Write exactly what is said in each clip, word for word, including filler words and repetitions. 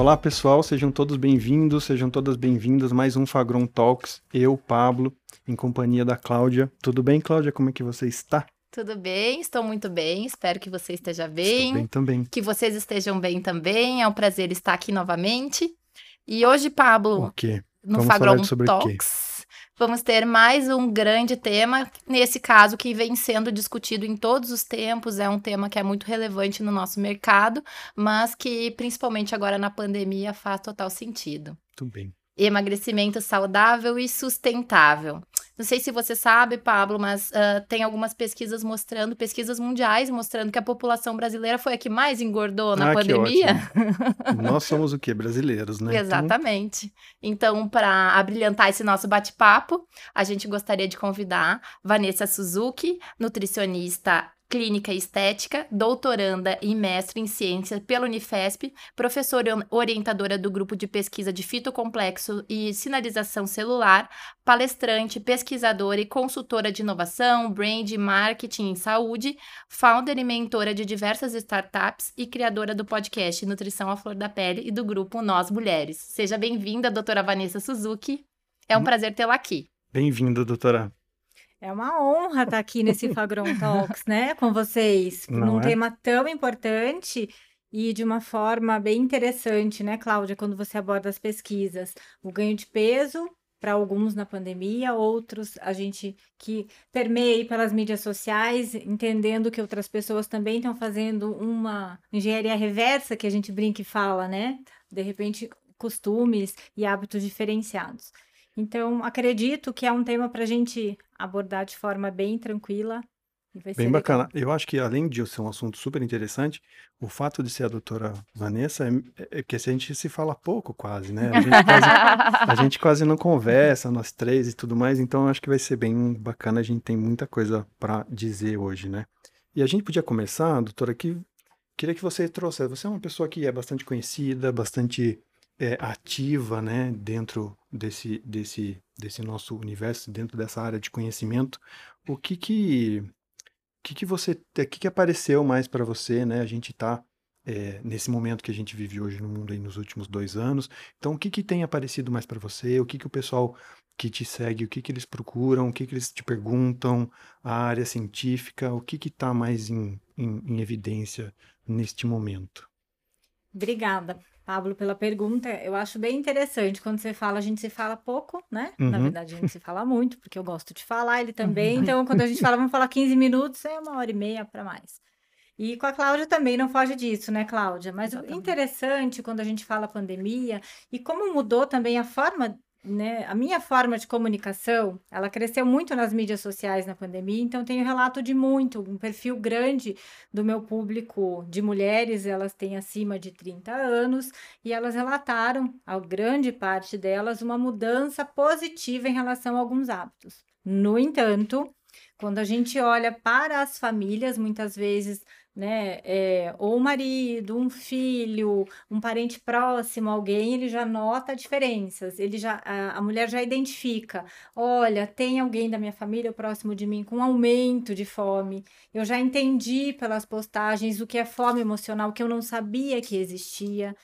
Olá pessoal, sejam todos bem-vindos, sejam todas bem-vindas a mais um Fagron Talks, eu, Pablo, em companhia da Cláudia. Tudo bem, Cláudia? Como é que você está? Tudo bem, estou muito bem, espero que você esteja Estou bem bem, também. que vocês estejam bem também, é um prazer estar aqui novamente. E hoje, Pablo, Ok, no vamos falar Fagron sobre o quê? Talks, vamos ter mais um grande tema, nesse caso que vem sendo discutido em todos os tempos, é um tema que é muito relevante no nosso mercado, mas que principalmente agora na pandemia faz total sentido. Tudo bem. Emagrecimento saudável e sustentável. Não sei se você sabe, Pablo, mas uh, tem algumas pesquisas mostrando, pesquisas mundiais mostrando que a população brasileira foi a que mais engordou na Ah, que pandemia. ótimo. Nós somos o quê? Brasileiros, né? Então, Exatamente. Então, para abrilhantar esse nosso bate-papo, a gente gostaria de convidar Vanessa Suzuki, nutricionista clínica e estética, doutoranda e mestre em ciência pela Unifesp, professora orientadora do grupo de pesquisa de fitocomplexo e sinalização celular, palestrante, pesquisadora e consultora de inovação, brand, marketing e saúde, founder e mentora de diversas startups e criadora do podcast Nutrição à Flor da Pele e do grupo Nós Mulheres. Seja bem-vinda, doutora Vanessa Suzuki. É um prazer tê-la aqui. bem-vindo, doutora. É uma honra estar aqui nesse Fagron Talks, né, com vocês, Não num é? tema tão importante e de uma forma bem interessante, né, Cláudia, quando você aborda as pesquisas. O ganho de peso, para alguns na pandemia, outros a gente que permeia aí pelas mídias sociais, entendendo que outras pessoas também estão fazendo uma engenharia reversa, que a gente brinca e fala, né, de repente costumes e hábitos diferenciados. Então, acredito que é um tema para a gente abordar de forma bem tranquila e vai Bem ser bacana. legal. Eu acho que, além de ser um assunto super interessante, o fato de ser a doutora Vanessa é, é que a gente se fala pouco quase, né? A gente quase, a gente quase não conversa, nós três e tudo mais, então eu acho que vai ser bem bacana, a gente tem muita coisa para dizer hoje, né? E a gente podia começar, doutora, que queria que você trouxesse, você é uma pessoa que é bastante conhecida, bastante é, ativa, né, dentro desse, desse, desse nosso universo, dentro dessa área de conhecimento. O que que o que que você, o que que apareceu mais para você, né? A gente está nesse momento que a gente vive hoje no mundo aí nos últimos dois anos. Então, o que que tem aparecido mais para você? O que que o pessoal que te segue, o que que eles procuram? O que que eles te perguntam? A área científica, o que que está mais em, em, em evidência neste momento? Obrigada, Pablo, pela pergunta. Eu acho bem interessante. Quando você fala, a gente se fala pouco, né? Na Uhum. verdade, a gente se fala muito, porque eu gosto de falar, ele também. Então, quando a gente fala, vamos falar quinze minutos, é uma hora e meia para mais. E com a Cláudia também não foge disso, né, Cláudia? Mas o Exatamente. interessante quando a gente fala pandemia e como mudou também a forma, né, a minha forma de comunicação, ela cresceu muito nas mídias sociais na pandemia, então tenho relato de muito, um perfil grande do meu público de mulheres, elas têm acima de trinta anos, e elas relataram, a grande parte delas, uma mudança positiva em relação a alguns hábitos. No entanto, quando a gente olha para as famílias, muitas vezes, né, é, ou um marido, um filho, um parente próximo, alguém, ele já nota diferenças, ele já, a, a mulher já identifica, olha, tem alguém da minha família próximo de mim com aumento de fome, eu já entendi pelas postagens o que é fome emocional, que eu não sabia que existia.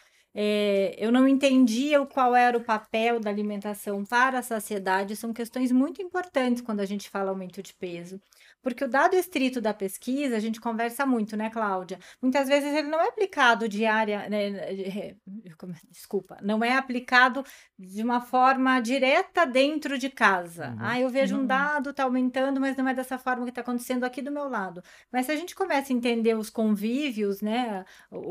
É, eu não entendia o qual era o papel da alimentação para a saciedade, são questões muito importantes quando a gente fala aumento de peso. Porque o dado estrito da pesquisa, a gente conversa muito, né, Cláudia? Muitas vezes ele não é aplicado diária, né, desculpa, não é aplicado de uma forma direta dentro de casa. Uhum. Ah, eu vejo um Uhum. dado, tá aumentando, mas não é dessa forma que está acontecendo aqui do meu lado. Mas se a gente começa a entender os convívios, né,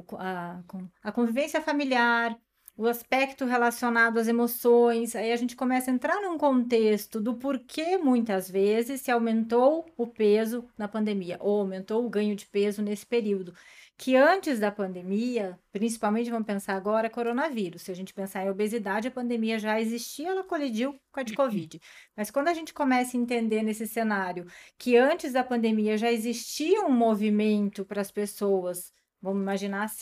a, a convivência familiar, o aspecto relacionado às emoções, aí a gente começa a entrar num contexto do porquê muitas vezes se aumentou o peso na pandemia, ou aumentou o ganho de peso nesse período. Que antes da pandemia, principalmente vamos pensar agora, coronavírus. Se a gente pensar em obesidade, a pandemia já existia, ela colidiu com a de Covid. Mas quando a gente começa a entender nesse cenário que antes da pandemia já existia um movimento para as pessoas, vamos imaginar assim,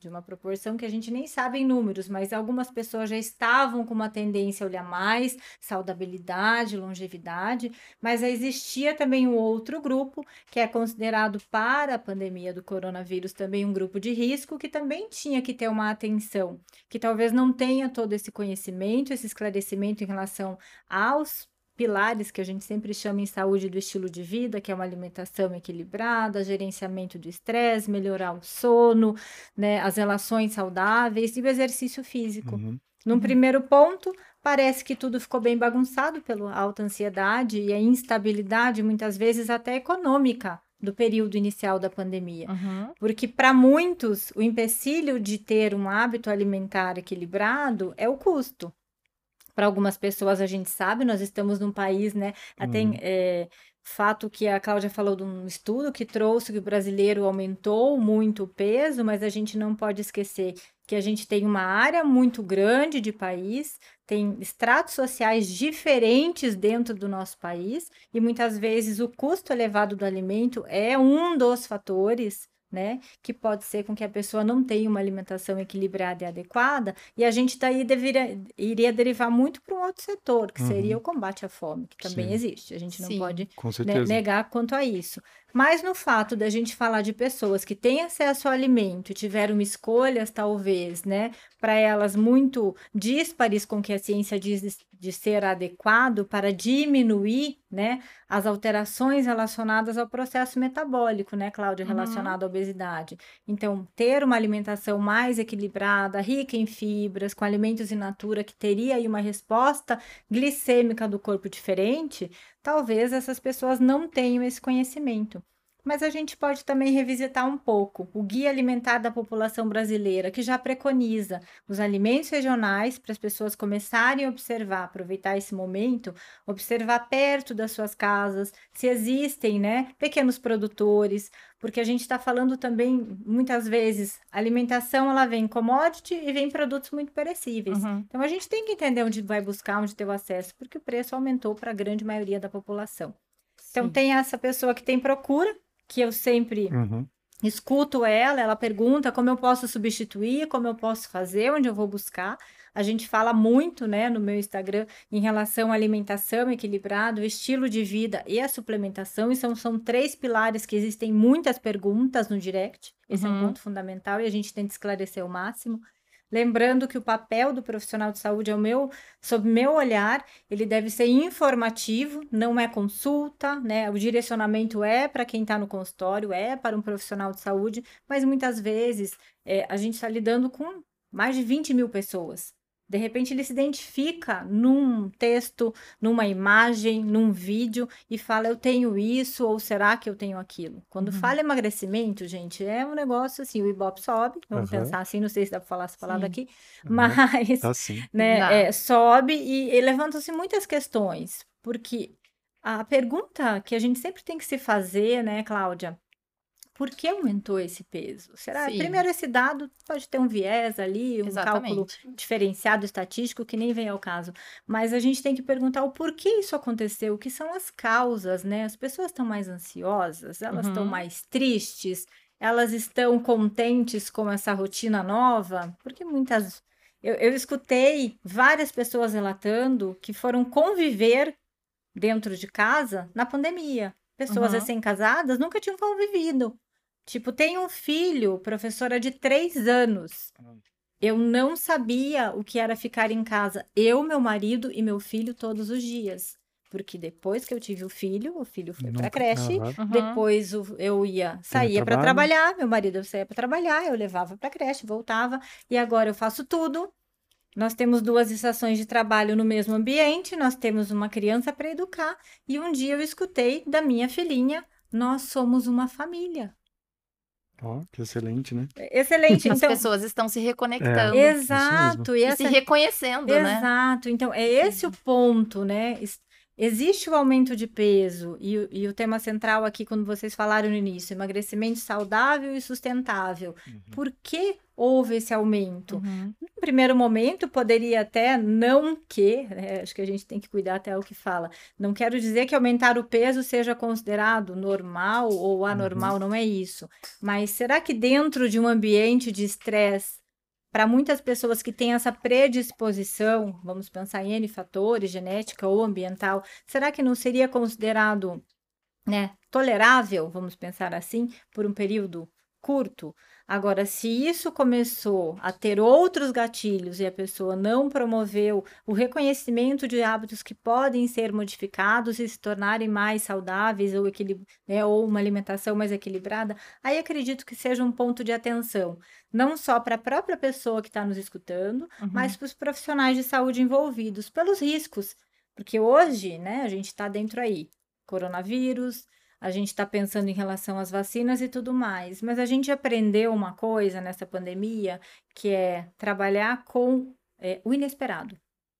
de uma proporção que a gente nem sabe em números, mas algumas pessoas já estavam com uma tendência a olhar mais saudabilidade, longevidade, mas existia também um outro grupo que é considerado para a pandemia do coronavírus também um grupo de risco que também tinha que ter uma atenção, que talvez não tenha todo esse conhecimento, esse esclarecimento em relação aos pilares que a gente sempre chama em saúde do estilo de vida, que é uma alimentação equilibrada, gerenciamento do estresse, melhorar o sono, né, as relações saudáveis e o exercício físico. Uhum. Num primeiro ponto, parece que tudo ficou bem bagunçado pela alta ansiedade e a instabilidade, muitas vezes até econômica, do período inicial da pandemia. Uhum. Porque para muitos, o empecilho de ter um hábito alimentar equilibrado é o custo. Para algumas pessoas, a gente sabe, nós estamos num país, né? Até Uhum. é, fato que a Cláudia falou de um estudo que trouxe que o brasileiro aumentou muito o peso, mas a gente não pode esquecer que a gente tem uma área muito grande de país, tem estratos sociais diferentes dentro do nosso país, e muitas vezes o custo elevado do alimento é um dos fatores, né, que pode ser com que a pessoa não tenha uma alimentação equilibrada e adequada, e a gente daí deveria, iria derivar muito para um outro setor, que seria Uhum. o combate à fome, que também Sim. existe, a gente não Sim. pode Com né, certeza. negar quanto a isso. Mas no fato da gente falar de pessoas que têm acesso ao alimento e tiveram escolhas, talvez, né, para elas muito díspares com o que a ciência diz de ser adequado para diminuir, né, as alterações relacionadas ao processo metabólico, né, Cláudia, Uhum. relacionado à obesidade. Então, ter uma alimentação mais equilibrada, rica em fibras, com alimentos in natura, que teria aí uma resposta glicêmica do corpo diferente, talvez essas pessoas não tenham esse conhecimento. Mas a gente pode também revisitar um pouco o Guia Alimentar da População Brasileira, que já preconiza os alimentos regionais para as pessoas começarem a observar, aproveitar esse momento, observar perto das suas casas se existem, né, pequenos produtores, porque a gente está falando também, muitas vezes, a alimentação ela vem commodity e vem produtos muito perecíveis. Uhum. Então a gente tem que entender onde vai buscar, onde ter o acesso, porque o preço aumentou para a grande maioria da população. Então Sim. tem essa pessoa que tem procura, que eu sempre Uhum. escuto ela, ela pergunta como eu posso substituir, como eu posso fazer, onde eu vou buscar. A gente fala muito, né, no meu Instagram em relação à alimentação equilibrada, o estilo de vida e a suplementação, e são, são três pilares que existem muitas perguntas no direct. Esse é um Uhum. ponto fundamental e a gente tenta esclarecer ao máximo. Lembrando que o papel do profissional de saúde, é o meu, sob meu olhar, ele deve ser informativo, não é consulta, né? O direcionamento é para quem está no consultório, é para um profissional de saúde, mas muitas vezes é, a gente está lidando com mais de vinte mil pessoas. De repente ele se identifica num texto, numa imagem, num vídeo e fala, eu tenho isso ou será que eu tenho aquilo? Quando Uhum. fala emagrecimento, gente, é um negócio assim, o Ibope sobe, vamos Aham. pensar assim, não sei se dá para falar essa palavra Sim. aqui, Aham. mas Tá sim. né, Dá. é, sobe e, e levantam-se muitas questões, porque a pergunta que a gente sempre tem que se fazer, né, Cláudia, por que aumentou esse peso? Será? Sim. Primeiro, esse dado pode ter um viés ali, um cálculo Exatamente. diferenciado estatístico que nem vem ao caso. Mas a gente tem que perguntar o porquê isso aconteceu, o que são as causas, né? As pessoas estão mais ansiosas, elas estão Uhum. mais tristes, elas estão contentes com essa rotina nova, porque muitas. Eu, eu escutei várias pessoas relatando que foram conviver dentro de casa na pandemia. Pessoas Uhum. recém-casadas nunca tinham convivido. Tipo, tem um filho, professora de três anos. Eu não sabia o que era ficar em casa, eu, meu marido e meu filho todos os dias. Porque depois que eu tive o filho, o filho foi para a Nunca. creche, Aham. Uhum. depois o- eu ia, saía para Teletrabalho. trabalhar, meu marido saía para trabalhar, eu levava para a creche, voltava, e agora eu faço tudo. Nós temos duas estações de trabalho no mesmo ambiente, nós temos uma criança para educar, e um dia eu escutei da minha filhinha, nós somos uma família. Ó, que excelente, né? Excelente, As então, pessoas estão se reconectando mesmo. exato, e e essa se reconhecendo, né? exato, então é esse o ponto, né? Es- existe o aumento de peso e, o- e o tema central aqui, quando vocês falaram no início, emagrecimento saudável e sustentável. Uhum. Por que houve esse aumento? Uhum. No primeiro momento, poderia até não que, né, acho que a gente tem que cuidar até o que fala. Não quero dizer que aumentar o peso seja considerado normal ou anormal, não é isso. Mas será que dentro de um ambiente de estresse, para muitas pessoas que têm essa predisposição, vamos pensar em N fatores, genética ou ambiental, será que não seria considerado, né, tolerável, vamos pensar assim, por um período curto? Agora, se isso começou a ter outros gatilhos e a pessoa não promoveu o reconhecimento de hábitos que podem ser modificados e se tornarem mais saudáveis ou, equilib- né, ou uma alimentação mais equilibrada, aí acredito que seja um ponto de atenção, não só para a própria pessoa que está nos escutando, Uhum. mas para os profissionais de saúde envolvidos, pelos riscos. Porque hoje, né, a gente está dentro aí, coronavírus, a gente está pensando em relação às vacinas e tudo mais, mas a gente aprendeu uma coisa nessa pandemia, que é trabalhar com é, o inesperado,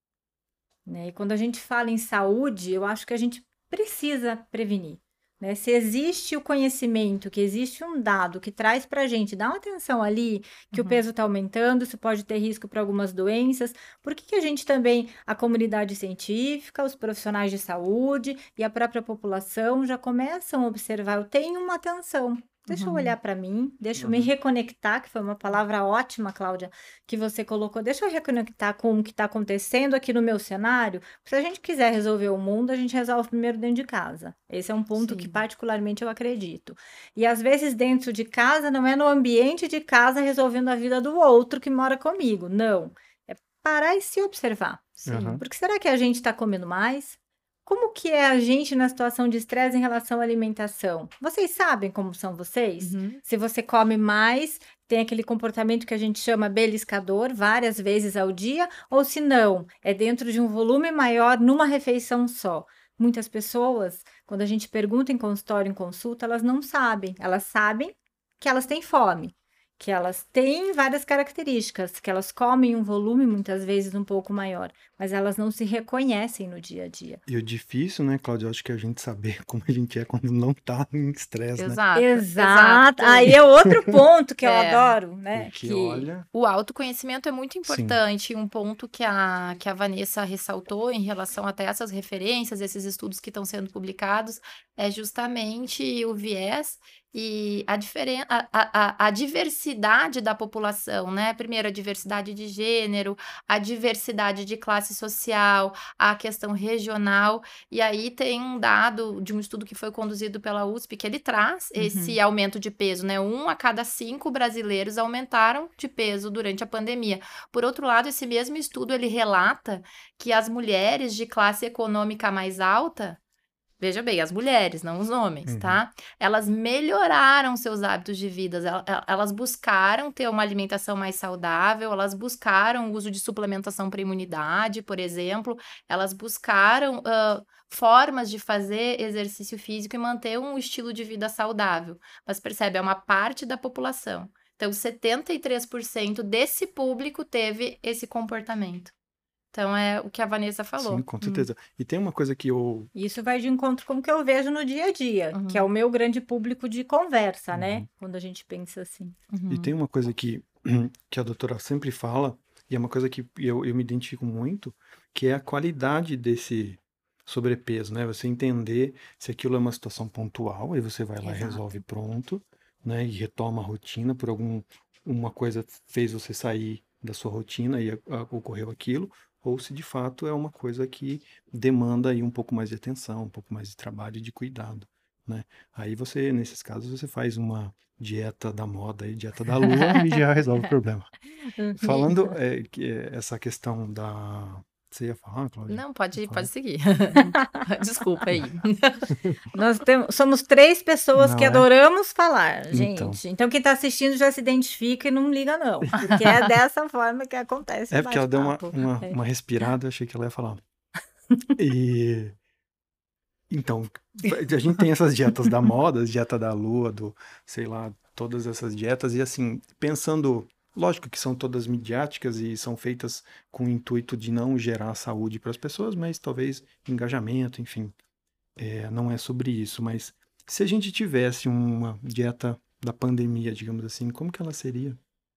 né? E quando a gente fala em saúde, eu acho que a gente precisa prevenir, né? Se existe o conhecimento, que existe um dado que traz para a gente, dá uma atenção ali, que o Uhum. peso está aumentando, isso pode ter risco para algumas doenças, por que que a gente também, a comunidade científica, os profissionais de saúde e a própria população já começam a observar, eu tenho uma atenção. Deixa eu Uhum. olhar para mim, deixa eu me Uhum. reconectar, que foi uma palavra ótima, Cláudia, que você colocou. Deixa eu reconectar com o que está acontecendo aqui no meu cenário. Se a gente quiser resolver o mundo, a gente resolve primeiro dentro de casa. Esse é um ponto que Sim. particularmente eu acredito. E às vezes dentro de casa não é no ambiente de casa resolvendo a vida do outro que mora comigo. Não. É parar e se observar. Sim. Aham. Porque será que a gente está comendo mais? Como que é a gente na situação de estresse em relação à alimentação? Vocês sabem como são vocês? Uhum. Se você come mais, tem aquele comportamento que a gente chama beliscador várias vezes ao dia, ou se não, é dentro de um volume maior numa refeição só. Muitas pessoas, quando a gente pergunta em consultório, em consulta, elas não sabem. Elas sabem que elas têm fome, que elas têm várias características, que elas comem um volume muitas vezes um pouco maior, mas elas não se reconhecem no dia a dia. E o difícil, né, Cláudia, eu acho que é a gente saber como a gente é quando não tá em estresse, né? Exato. Exato. Exato. Aí é outro ponto que eu É. adoro, né? Porque Que olha, O autoconhecimento é muito importante. Um ponto que a, que a Vanessa ressaltou em relação até essas referências, esses estudos que estão sendo publicados, é justamente o viés e a, diferen a, a, a- a diversidade da população, né? Primeiro, a diversidade de gênero, a diversidade de classe social, a questão regional. E aí tem um dado de um estudo que foi conduzido pela U S P que ele traz esse aumento de peso, né? Um a cada cinco brasileiros aumentaram de peso durante a pandemia. Por outro lado, esse mesmo estudo ele relata que as mulheres de classe econômica mais alta, veja bem, as mulheres, não os homens, Uhum. tá? Elas melhoraram seus hábitos de vida, el- el- elas buscaram ter uma alimentação mais saudável, elas buscaram o uso de suplementação para imunidade, por exemplo, elas buscaram ah, formas de fazer exercício físico e manter um estilo de vida saudável. Mas percebe, é uma parte da população. Então, setenta e três por cento desse público teve esse comportamento. Então, é o que a Vanessa falou. sim, com Hum. certeza. E tem uma coisa que eu... isso vai de encontro com o que eu vejo no dia a dia, Uhum. que é o meu grande público de conversa, Uhum. né? Quando a gente pensa assim. Uhum. E tem uma coisa que, que a doutora sempre fala, e é uma coisa que eu, eu me identifico muito, que é a qualidade desse sobrepeso, né? Você entender se aquilo é uma situação pontual, aí você vai lá e Exato. resolve pronto, né? E retoma a rotina, por algum uma coisa fez você sair da sua rotina e a- a- ocorreu aquilo, ou se de fato é uma coisa que demanda aí um pouco mais de atenção, um pouco mais de trabalho e de cuidado, né? Aí você, nesses casos, você faz uma dieta da moda aí, dieta da lua e já resolve o problema. Falando é, que, é, essa questão da... Você ia falar, Cláudia? Não, pode, Fala. pode seguir. Desculpa aí. Nós temos, somos três pessoas Não que é? adoramos falar, gente. Então. Então, quem está assistindo já se identifica e não liga, não. Porque é dessa forma que acontece o É porque ela deu uma, bate-papo. uma, É. uma respirada, eu achei que ela ia falar. E... Então, a gente tem essas dietas da moda, dieta da lua, do, sei lá, todas essas dietas, e assim, pensando Lógico que são todas midiáticas e são feitas com o intuito de não gerar saúde para as pessoas, mas talvez engajamento, enfim. É, não é sobre isso, mas se a gente tivesse uma dieta da pandemia, digamos assim, como que ela seria?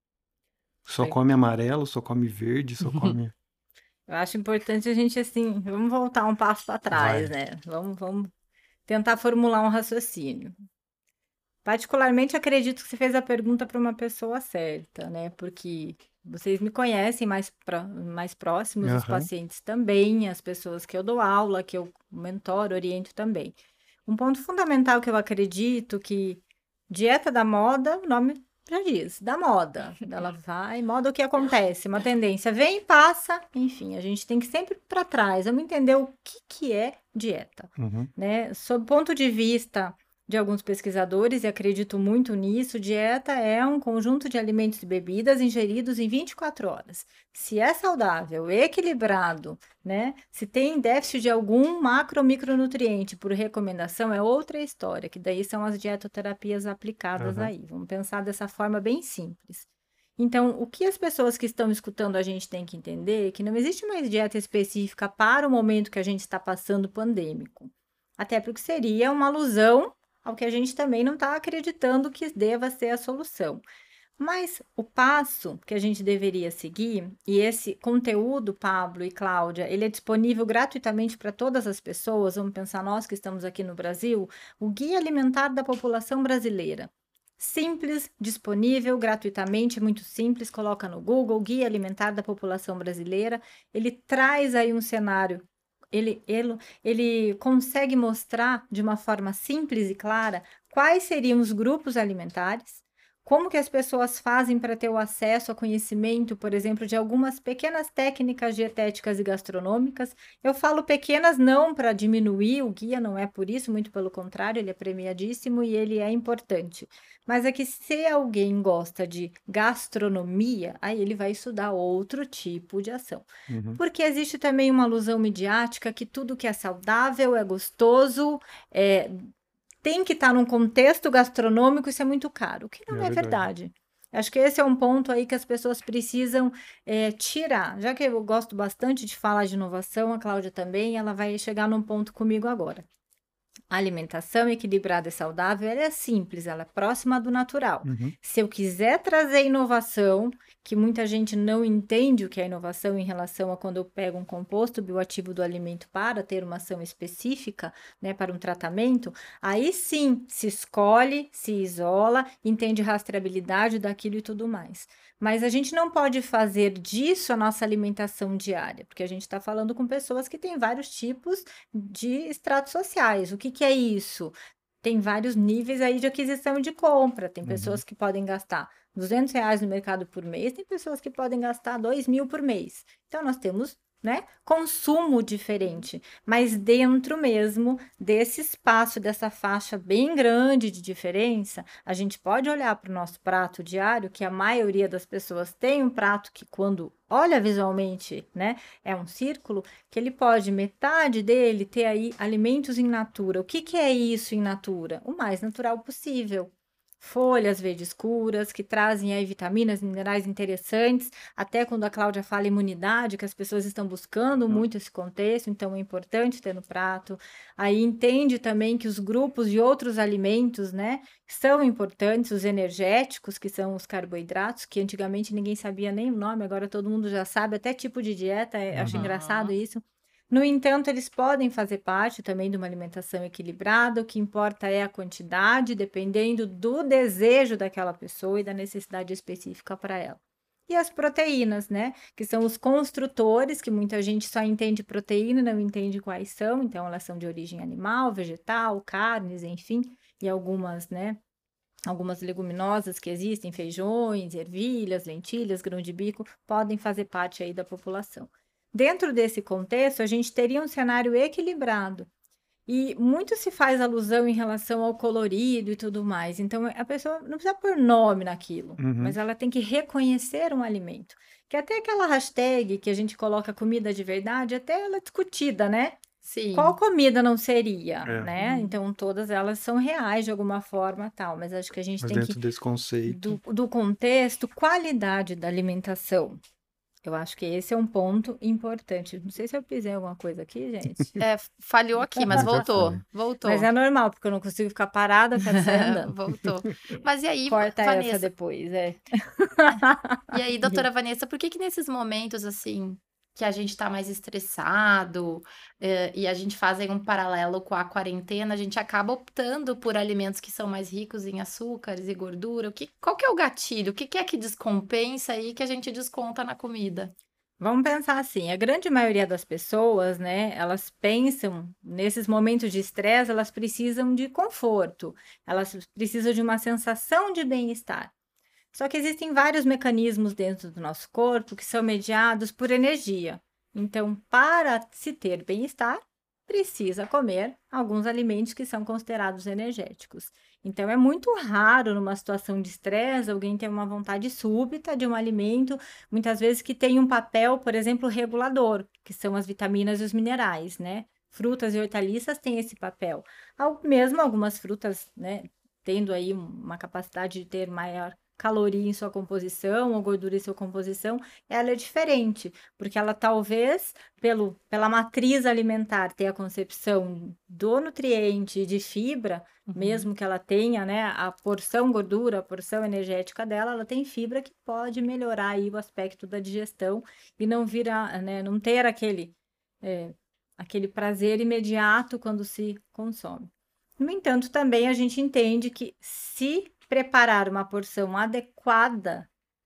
Só Bem, come amarelo, só come verde, só come... eu acho importante a gente, assim, vamos voltar um passo para trás, Vai. né? Vamos, vamos tentar formular um raciocínio. Particularmente, acredito que você fez a pergunta para uma pessoa certa, né? Porque vocês me conhecem mais, pró- mais próximos, os Aham. pacientes também, as pessoas que eu dou aula, que eu mentoro, oriento também. Um ponto fundamental que eu acredito que dieta da moda, o nome já diz, da moda. Ela vai, moda o que acontece, uma tendência vem e passa, enfim, a gente tem que sempre para trás, vamos entender o que que é dieta, Uhum. né? Sob o ponto de vista de alguns pesquisadores, e acredito muito nisso, dieta é um conjunto de alimentos e bebidas ingeridos em vinte e quatro horas. Se é saudável, equilibrado, né? Se tem déficit de algum macro ou micronutriente por recomendação, é outra história, que daí são as dietoterapias aplicadas Aham. aí. Vamos pensar dessa forma bem simples. Então, o que as pessoas que estão escutando a gente têm que entender é que não existe mais dieta específica para o momento que a gente está passando pandêmico. Até porque seria uma alusão ao que a gente também não está acreditando que deva ser a solução. Mas o passo que a gente deveria seguir, e esse conteúdo, Pablo e Cláudia, ele é disponível gratuitamente para todas as pessoas, vamos pensar nós que estamos aqui no Brasil, o Guia Alimentar da População Brasileira. Simples, disponível gratuitamente, muito simples, coloca no Google, Guia Alimentar da População Brasileira, ele traz aí um cenário, ele, ele, ele consegue mostrar de uma forma simples e clara quais seriam os grupos alimentares, como que as pessoas fazem para ter o acesso a conhecimento, por exemplo, de algumas pequenas técnicas dietéticas e gastronômicas. Eu falo pequenas não para diminuir o guia, não é por isso, muito pelo contrário, ele é premiadíssimo e ele é importante. Mas é que se alguém gosta de gastronomia, aí ele vai estudar outro tipo de ação. Uhum. Porque existe também uma alusão midiática que tudo que é saudável, é gostoso, é, tem que estar num contexto gastronômico, isso é muito caro, o que não É é verdade. verdade. Acho que esse é um ponto aí que as pessoas precisam é, tirar. Já que eu gosto bastante de falar de inovação, a Cláudia também, ela vai chegar num ponto comigo agora. A alimentação equilibrada e saudável, ela é simples, ela é próxima do natural. Uhum. Se eu quiser trazer inovação, que muita gente não entende o que é inovação em relação a quando eu pego um composto bioativo do alimento para ter uma ação específica, né, para um tratamento, aí sim se escolhe, se isola, entende rastreabilidade daquilo e tudo mais. Mas a gente não pode fazer disso a nossa alimentação diária, porque a gente está falando com pessoas que têm vários tipos de estratos sociais. O que que é isso? Tem vários níveis aí de aquisição e de compra. Tem Uhum. pessoas que podem gastar duzentos reais no mercado por mês, tem pessoas que podem gastar dois mil por mês. Então, nós temos, né, consumo diferente, mas dentro mesmo desse espaço, dessa faixa bem grande de diferença, a gente pode olhar para o nosso prato diário, que a maioria das pessoas tem um prato que quando olha visualmente, né, é um círculo, que ele pode, metade dele, ter aí alimentos in natura. O que que é isso in natura? O mais natural possível. Folhas verdes escuras, que trazem aí vitaminas, minerais interessantes, até quando a Cláudia fala imunidade, que as pessoas estão buscando Uhum. muito esse contexto, então é importante ter no prato. Aí entende também que os grupos de outros alimentos, né, são importantes, os energéticos, que são os carboidratos, que antigamente ninguém sabia nem o nome, agora todo mundo já sabe, até tipo de dieta, é, acho Uhum. engraçado isso. No entanto, eles podem fazer parte também de uma alimentação equilibrada, o que importa é a quantidade, dependendo do desejo daquela pessoa e da necessidade específica para ela. E as proteínas, né? Que são os construtores, que muita gente só entende proteína, não entende quais são, então elas são de origem animal, vegetal, carnes, enfim, e algumas, né? Algumas leguminosas que existem, feijões, ervilhas, lentilhas, grão de bico, podem fazer parte aí da população. Dentro desse contexto, a gente teria um cenário equilibrado. E muito se faz alusão em relação ao colorido e tudo mais. Então, a pessoa não precisa pôr nome naquilo, Uhum. mas ela tem que reconhecer um alimento. Que até aquela hashtag que a gente coloca comida de verdade, até ela é discutida, né? Sim. Qual comida não seria, É. né? Uhum. Então, todas elas são reais de alguma forma, tal. Mas acho que a gente Mas tem que, dentro desse conceito, do, do contexto, qualidade da alimentação. Eu acho que esse é um ponto importante. Não sei se eu pisei alguma coisa aqui, gente. É, falhou aqui, mas mas já voltou. foi. Voltou. Mas é normal, porque eu não consigo ficar parada, eu quero sair andando. Voltou. Mas e aí, Corta essa Vanessa? depois, é. E aí, doutora Vanessa, por que que nesses momentos, assim, que a gente tá mais estressado, eh, e a gente faz aí um paralelo com a quarentena, a gente acaba optando por alimentos que são mais ricos em açúcares e gordura? O que, qual que é o gatilho? O que que é que descompensa aí que a gente desconta na comida? Vamos pensar assim, a grande maioria das pessoas, né, elas pensam, nesses momentos de estresse, elas precisam de conforto, elas precisam de uma sensação de bem-estar. Só que existem vários mecanismos dentro do nosso corpo que são mediados por energia. Então, para se ter bem-estar, precisa comer alguns alimentos que são considerados energéticos. Então, é muito raro numa situação de estresse alguém ter uma vontade súbita de um alimento, muitas vezes que tem um papel, por exemplo, regulador, que são as vitaminas e os minerais, né? Frutas e hortaliças têm esse papel. Ao- Mesmo algumas frutas, né, tendo aí uma capacidade de ter maior caloria em sua composição ou gordura em sua composição, ela é diferente, porque ela talvez, pelo, pela matriz alimentar, ter a concepção do nutriente e de fibra, Uhum. mesmo que ela tenha, né, a porção gordura, a porção energética dela, ela tem fibra que pode melhorar aí o aspecto da digestão e não virar, né, não ter aquele, é, aquele prazer imediato quando se consome. No entanto, também a gente entende que se preparar uma porção adequada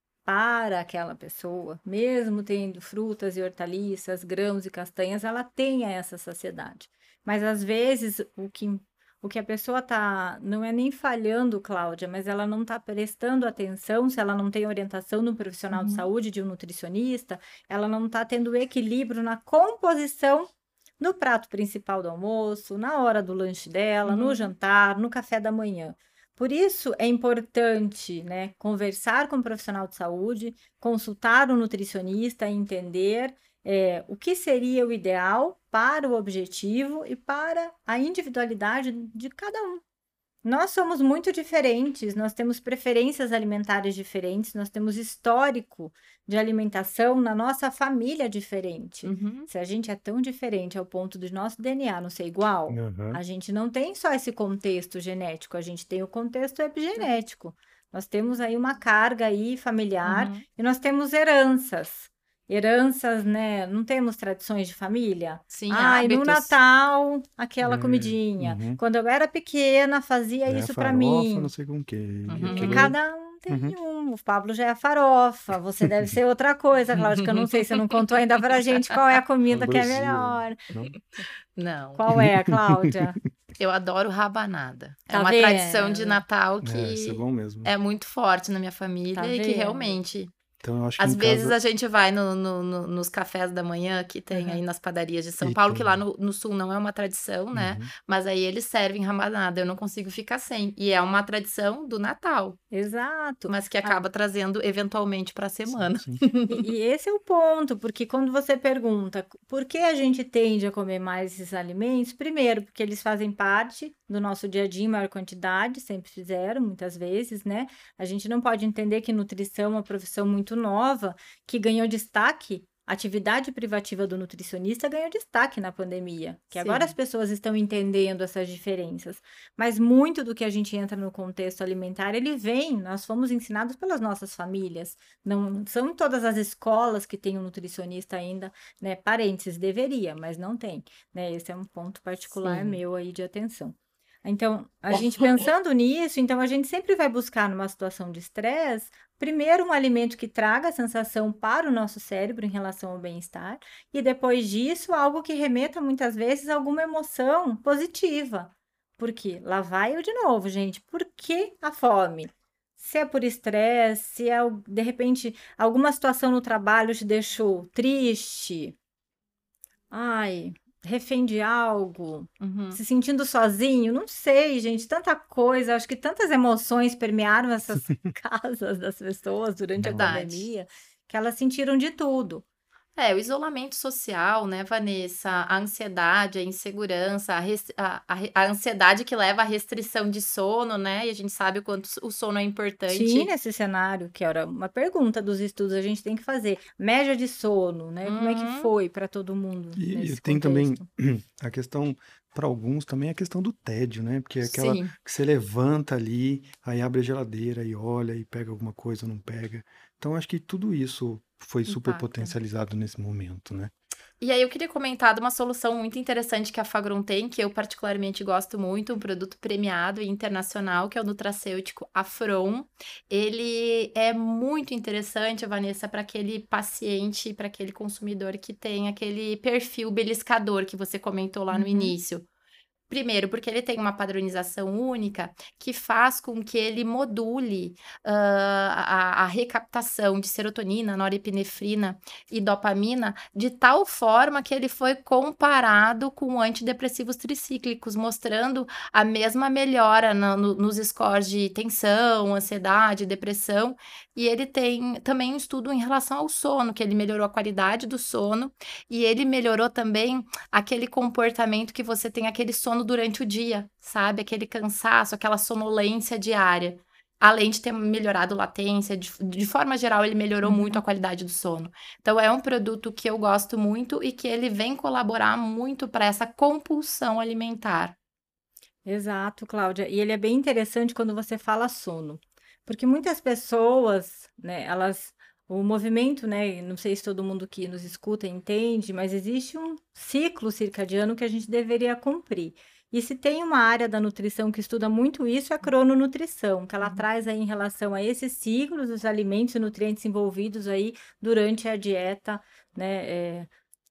para aquela pessoa, mesmo tendo frutas e hortaliças, grãos e castanhas, ela tenha essa saciedade. Mas às vezes o que o que a pessoa tá não é nem falhando, Cláudia, mas ela não está prestando atenção, se ela não tem orientação no profissional de Uhum. saúde, de um nutricionista, ela não está tendo equilíbrio na composição no prato principal do almoço, na hora do lanche dela, no Uhum. jantar, no café da manhã. Por isso é importante, né, conversar com um profissional de saúde, consultar um nutricionista e entender é, o que seria o ideal para o objetivo e para a individualidade de cada um. Nós somos muito diferentes, nós temos preferências alimentares diferentes, nós temos histórico de alimentação na nossa família diferente. Uhum. Se a gente é tão diferente ao ponto do nosso D N A não ser igual, Uhum. a gente não tem só esse contexto genético, a gente tem o contexto epigenético. Nós temos aí uma carga aí familiar Uhum. e nós temos heranças. Heranças, né? Não temos tradições de família? Sim, Ai, no hábitos. Natal, aquela É, comidinha. uhum. Quando eu era pequena, fazia É a isso para farofa, não mim. sei com o quê. E Uhum. Porque aquilo- cada um tem Uhum. um. O Pablo já é a farofa, você deve ser outra coisa, Cláudia, que eu não sei, você não contou ainda pra gente qual é a comida que é Luzia, melhor. não? Não, Qual é, Cláudia? eu adoro rabanada. É Tá uma tradição de vendo? Natal É, isso é que bom mesmo. é muito forte na minha família Tá e que vendo? realmente, Então eu acho que às em vezes casa a gente vai no- no- no- nos cafés da manhã que tem Uhum. aí nas padarias de São E Paulo, que tem- lá no, no sul não é uma tradição, né? Uhum. Mas aí eles servem rabanada, eu não consigo ficar sem. E é uma tradição do Natal, Exato. mas que acaba trazendo eventualmente para a semana. Sim. E, e esse é o ponto, porque quando você pergunta por que a gente tende a comer mais esses alimentos, primeiro, porque eles fazem parte do nosso dia a dia em maior quantidade, sempre fizeram, muitas vezes, né? A gente não pode entender que nutrição é uma profissão muito nova, que ganhou destaque. A atividade privativa do nutricionista ganhou destaque na pandemia, que agora Sim. as pessoas estão entendendo essas diferenças. Mas muito do que a gente entra no contexto alimentar, ele vem, nós fomos ensinados pelas nossas famílias. Não são todas as escolas que têm um nutricionista ainda, né? Parênteses, deveria, mas não tem, né? Esse é um ponto particular Sim. meu aí de atenção. Então, a gente pensando nisso, então a gente sempre vai buscar numa situação de estresse, primeiro um alimento que traga a sensação para o nosso cérebro em relação ao bem-estar, e depois disso, algo que remeta muitas vezes a alguma emoção positiva. Por quê? Lá vai eu de novo, gente. Por que a fome? Se é por estresse, se é, al- de repente, alguma situação no trabalho te deixou triste, ai, refém de algo, Uhum. se sentindo sozinho, não sei, gente, tanta coisa, acho que tantas emoções permearam essas casas das pessoas durante a Verdade. pandemia, que elas sentiram de tudo. É, o isolamento social, né, Vanessa? A ansiedade, a insegurança, a, res- a- a re- a ansiedade que leva à restrição de sono, né? E a gente sabe o quanto o sono é Sim, importante. nesse cenário, que era uma pergunta dos estudos, a gente tem que fazer. Média de sono, né? Como é que Uhum, foi para todo mundo E, e nesse tem também contexto? a questão, para alguns, também a questão do tédio, né? Porque é aquela sim, que você levanta ali, aí abre a geladeira e olha e pega alguma coisa, não pega. Então, acho que tudo isso foi super impacta. potencializado nesse momento, né? E aí eu queria comentar de uma solução muito interessante que a Fagron tem, que eu particularmente gosto muito, um produto premiado e internacional, que é o nutracêutico Afron. Ele é muito interessante, Vanessa, para aquele paciente, para aquele consumidor que tem aquele perfil beliscador que você comentou lá no Uhum. início. Primeiro, porque ele tem uma padronização única que faz com que ele module ah, a, a recaptação de serotonina, norepinefrina e dopamina de tal forma que ele foi comparado com antidepressivos tricíclicos, mostrando a mesma melhora na- no- nos scores de tensão, ansiedade, depressão. E ele tem também um estudo em relação ao sono, que ele melhorou a qualidade do sono e ele melhorou também aquele comportamento que você tem aquele sono durante o dia, sabe? Aquele cansaço, aquela sonolência diária. Além de ter melhorado latência, de, de forma geral, ele melhorou muito a Uhum. qualidade do sono. Então, é um produto que eu gosto muito e que ele vem colaborar muito para essa compulsão alimentar. Exato, Cláudia. E ele é bem interessante quando você fala sono, porque muitas pessoas, né, elas, o movimento, né, não sei se todo mundo que nos escuta entende, mas existe um ciclo circadiano que a gente deveria cumprir. E se tem uma área da nutrição que estuda muito isso, é a crononutrição, que ela Uhum. traz aí em relação a esses ciclos, os alimentos e nutrientes envolvidos aí durante a dieta, né, é,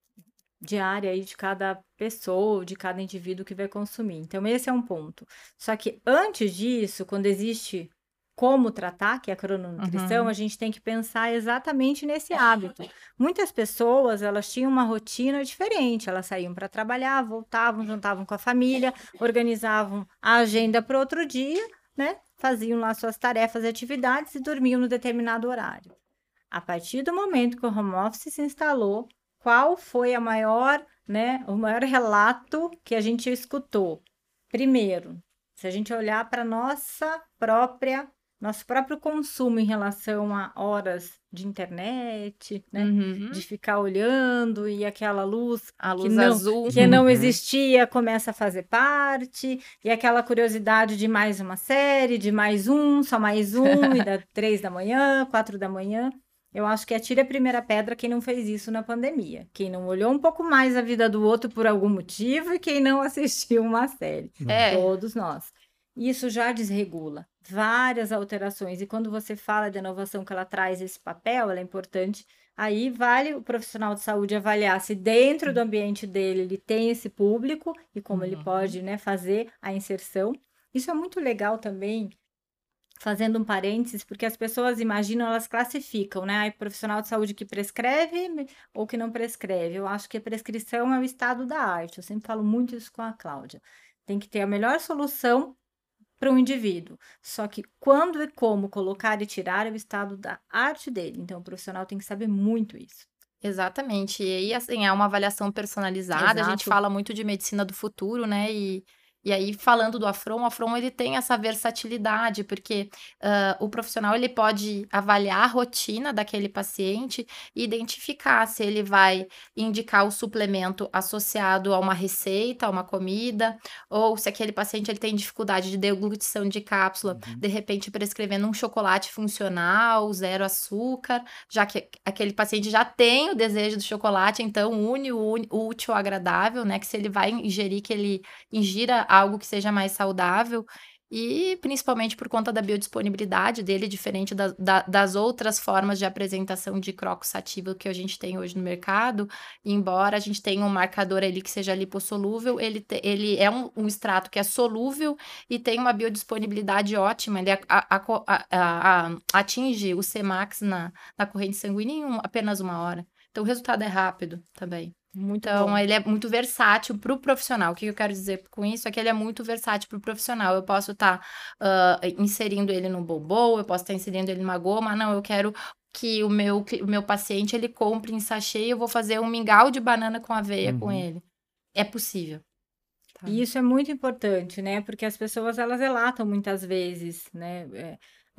diária aí de cada pessoa, de cada indivíduo que vai consumir. Então, esse é um ponto. Só que antes disso, quando existe como tratar, que é a crononutrição, a Uhum. gente tem que pensar exatamente nesse hábito. Muitas pessoas, elas tinham uma rotina diferente, elas saíam para trabalhar, voltavam, jantavam com a família, organizavam a agenda para outro dia, né? Faziam lá suas tarefas e atividades e dormiam no determinado horário. A partir do momento que o home office se instalou, qual foi a maior, né, o maior relato que a gente escutou? Primeiro, se a gente olhar para nossa própria, nosso próprio consumo em relação a horas de internet, né, de Uhum. ficar olhando e aquela luz A que luz não azul. que não Uhum. existia começa a fazer parte, e aquela curiosidade de mais uma série, de mais um, só mais um, e da três da manhã, quatro da manhã. Eu acho que atire a primeira pedra quem não fez isso na pandemia. Quem não olhou um pouco mais a vida do outro por algum motivo e quem não assistiu uma série. É, Todos nós. Isso já desregula várias alterações. E quando você fala de inovação que ela traz esse papel, ela é importante. Aí vale o profissional de saúde avaliar se dentro do ambiente dele ele tem esse público e como ele uhum. pode, né, fazer a inserção. Isso é muito legal também, fazendo um parênteses, porque as pessoas imaginam, elas classificam, né? Aí, profissional de saúde que prescreve ou que não prescreve. Eu acho que a prescrição é o estado da arte. Eu sempre falo muito isso com a Cláudia. Tem que ter a melhor solução para o indivíduo. Só que quando e como colocar e tirar é o estado da arte dele. Então, o profissional tem que saber muito isso. Exatamente. E aí, assim, é uma avaliação personalizada. A gente Exato. fala muito de medicina do futuro, né? E, e aí, falando do Afron, o Afron ele tem essa versatilidade, porque ah, o profissional ele pode avaliar a rotina daquele paciente e identificar se ele vai indicar o suplemento associado a uma receita, a uma comida, ou se aquele paciente ele tem dificuldade de deglutição de cápsula, Uhum. de repente prescrevendo um chocolate funcional, zero açúcar, já que aquele paciente já tem o desejo do chocolate, então une o, uni- o útil ao agradável, né? Que se ele vai ingerir, que ele ingira algo que seja mais saudável. E principalmente por conta da biodisponibilidade dele, diferente da- da- das outras formas de apresentação de croco sativa que a gente tem hoje no mercado, embora a gente tenha um marcador ali que seja lipossolúvel, ele, te- ele é um, um extrato que é solúvel e tem uma biodisponibilidade ótima, ele a- a- a- a- a- atinge o Cmax na, na corrente sanguínea em um- apenas uma hora. Então, o resultado é rápido também. Muito Então, bom. ele é muito versátil para o profissional. O que eu quero dizer com isso é que ele é muito versátil para o profissional. Eu posso estar inserindo ele no bobo, eu posso estar inserindo ele numa goma. Não, eu quero que o meu, cli- o meu paciente, ele compre em sachê e eu vou fazer um mingau de banana com aveia com Uhum. ele. É possível. Tá? E isso é muito importante, né? Porque as pessoas elas relatam muitas vezes, né? É,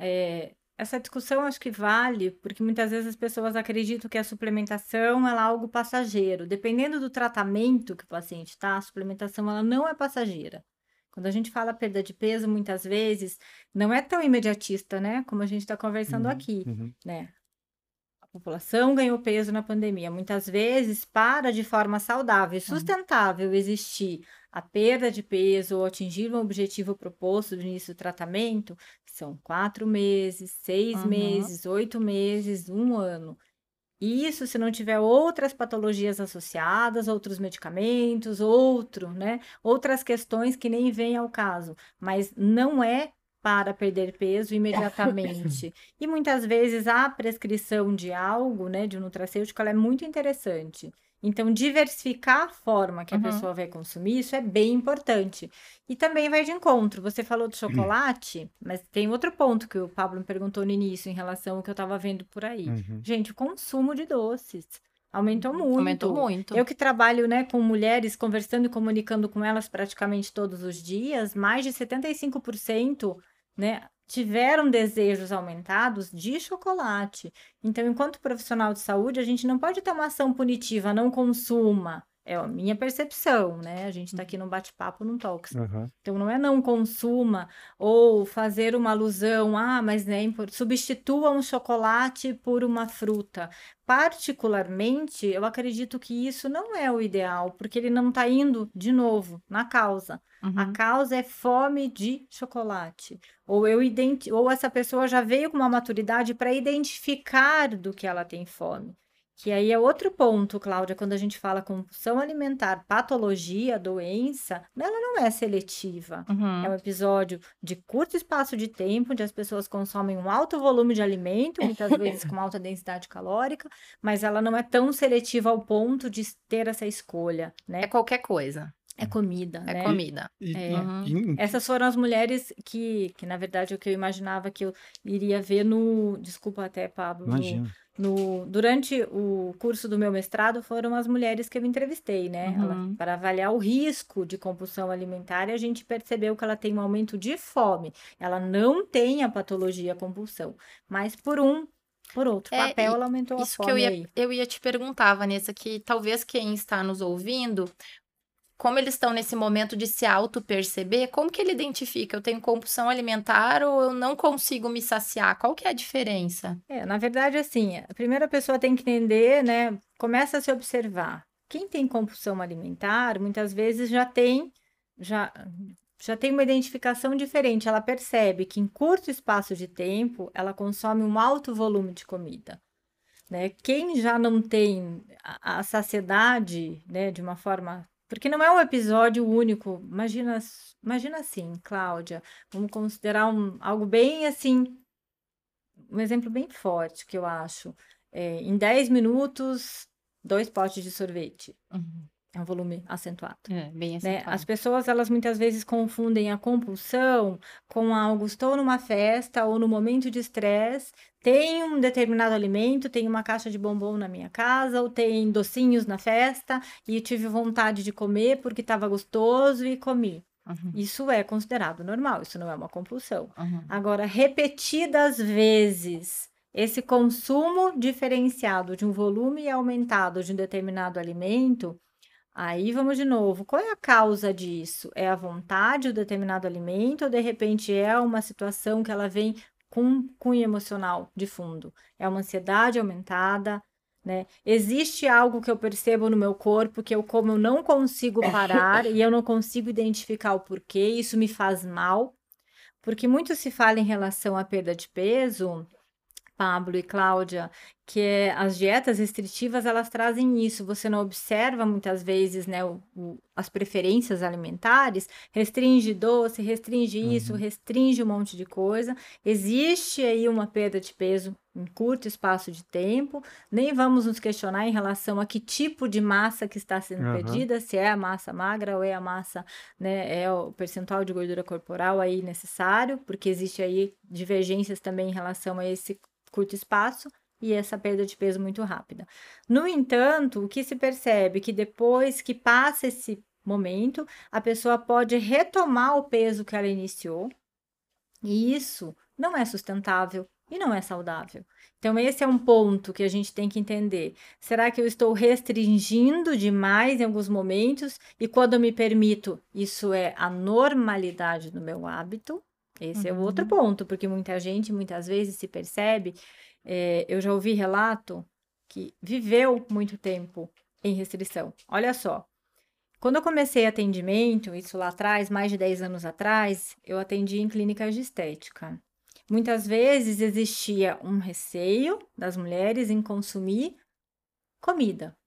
é, essa discussão acho que vale, porque muitas vezes as pessoas acreditam que a suplementação ela é algo passageiro. Dependendo do tratamento que o paciente está, a suplementação ela não é passageira. Quando a gente fala perda de peso, muitas vezes não é tão imediatista, né? Como a gente está conversando Uhum. aqui, Uhum. né? A população ganhou peso na pandemia. Muitas vezes, para de forma saudável e Uhum. sustentável existir a perda de peso ou atingir um objetivo proposto no início do tratamento, são quatro meses, seis Uhum. meses, oito meses, um ano. Isso se não tiver outras patologias associadas, outros medicamentos, outro, né? Outras questões que nem vêm ao caso, mas não é para perder peso imediatamente. E muitas vezes a prescrição de algo, né, de um nutracêutico, ela é muito interessante. Então, diversificar a forma que a Uhum. pessoa vai consumir, isso é bem importante. E também vai de encontro. Você falou do chocolate, mas tem outro ponto que o Pablo me perguntou no início em relação ao que eu estava vendo por aí. Uhum. Gente, o consumo de doces aumentou Aumentou muito. muito. Eu que trabalho, né, com mulheres, conversando e comunicando com elas praticamente todos os dias, mais de setenta e cinco por cento, né, tiveram desejos aumentados de chocolate. Então, enquanto profissional de saúde, a gente não pode ter uma ação punitiva, não consuma. É a minha percepção, né? A gente está aqui num bate-papo, num talks. Uhum. Então, não é não consuma ou fazer uma alusão, ah, mas né, impor- substitua um chocolate por uma fruta. Particularmente, eu acredito que isso não é o ideal, porque ele não está indo, de novo, na causa. A Uhum. causa é fome de chocolate. Ou eu identi- ou essa pessoa já veio com uma maturidade para identificar do que ela tem fome. Que aí é outro ponto, Cláudia, quando a gente fala compulsão alimentar, patologia, doença, ela não é seletiva. É um Uhum. episódio de curto espaço de tempo, onde as pessoas consomem um alto volume de alimento, muitas vezes com alta densidade calórica, mas ela não é tão seletiva ao ponto de ter essa escolha, É né? qualquer coisa. É comida, É né? comida. E, É. e- Uhum. e- Essas foram as mulheres que, que na verdade, é o que eu imaginava que eu iria ver no, desculpa até, Pablo, no, imagina. no, durante o curso do meu mestrado, foram as mulheres que eu entrevistei, né? Ela, Uhum. para avaliar o risco de compulsão alimentar, a gente percebeu que ela tem um aumento de fome. Ela não tem a patologia compulsão, mas por um, por outro É, papel, e ela aumentou a isso que eu fome ia, aí. eu ia te perguntar, Vanessa, que talvez quem está nos ouvindo, como eles estão nesse momento de se auto-perceber, como que ele identifica? Eu tenho compulsão alimentar ou eu não consigo me saciar? Qual que é a diferença? É, na verdade, assim, a primeira pessoa tem que entender, né? Começa a se observar. Quem tem compulsão alimentar, muitas vezes já tem, já, já tem uma identificação diferente. Ela percebe que em curto espaço de tempo, ela consome um alto volume de comida, né? Quem já não tem a, a saciedade, né, de uma forma, porque não é um episódio único. Imagina, imagina assim, Cláudia, vamos considerar um, algo bem assim um exemplo bem forte que eu acho. É, em dez minutos, dois potes de sorvete. Uhum. É um volume acentuado. É, bem Né? As acentuado. pessoas, elas muitas vezes confundem a compulsão com algo, estou numa festa ou no momento de estresse, tem um determinado alimento, tem uma caixa de bombom na minha casa, ou tem docinhos na festa, e eu tive vontade de comer porque estava gostoso e comi. Uhum. Isso é considerado normal, isso não é uma compulsão. Uhum. Agora, repetidas vezes, esse consumo diferenciado de um volume aumentado de um determinado alimento, aí vamos de novo. Qual é a causa disso? É a vontade do determinado alimento ou de repente é uma situação que ela vem com cunho emocional de fundo? É uma ansiedade aumentada, né? Existe algo que eu percebo no meu corpo que eu como eu não consigo parar e eu não consigo identificar o porquê, isso me faz mal, porque muito se fala em relação à perda de peso, Pablo e Cláudia, que é, as dietas restritivas elas trazem isso. Você não observa muitas vezes, né, o, o, as preferências alimentares, restringe doce, restringe isso, Uhum. restringe um monte de coisa. Existe aí uma perda de peso em curto espaço de tempo. Nem vamos nos questionar em relação a que tipo de massa que está sendo Aham. perdida, se é a massa magra ou é a massa, né, é o percentual de gordura corporal aí necessário, porque existe aí divergências também em relação a esse curto espaço, e essa perda de peso muito rápida. No entanto, o que se percebe é que depois que passa esse momento, a pessoa pode retomar o peso que ela iniciou, e isso não é sustentável e não é saudável. Então, esse é um ponto que a gente tem que entender. Será que eu estou restringindo demais em alguns momentos? E quando eu me permito, isso é a normalidade do meu hábito? Esse uhum. é o outro ponto, porque muita gente, muitas vezes, se percebe. É, eu já ouvi relato que viveu muito tempo em restrição. Olha só. Quando eu comecei atendimento, isso lá atrás, mais de dez anos atrás, eu atendi em clínicas de estética. Muitas vezes existia um receio das mulheres em consumir comida.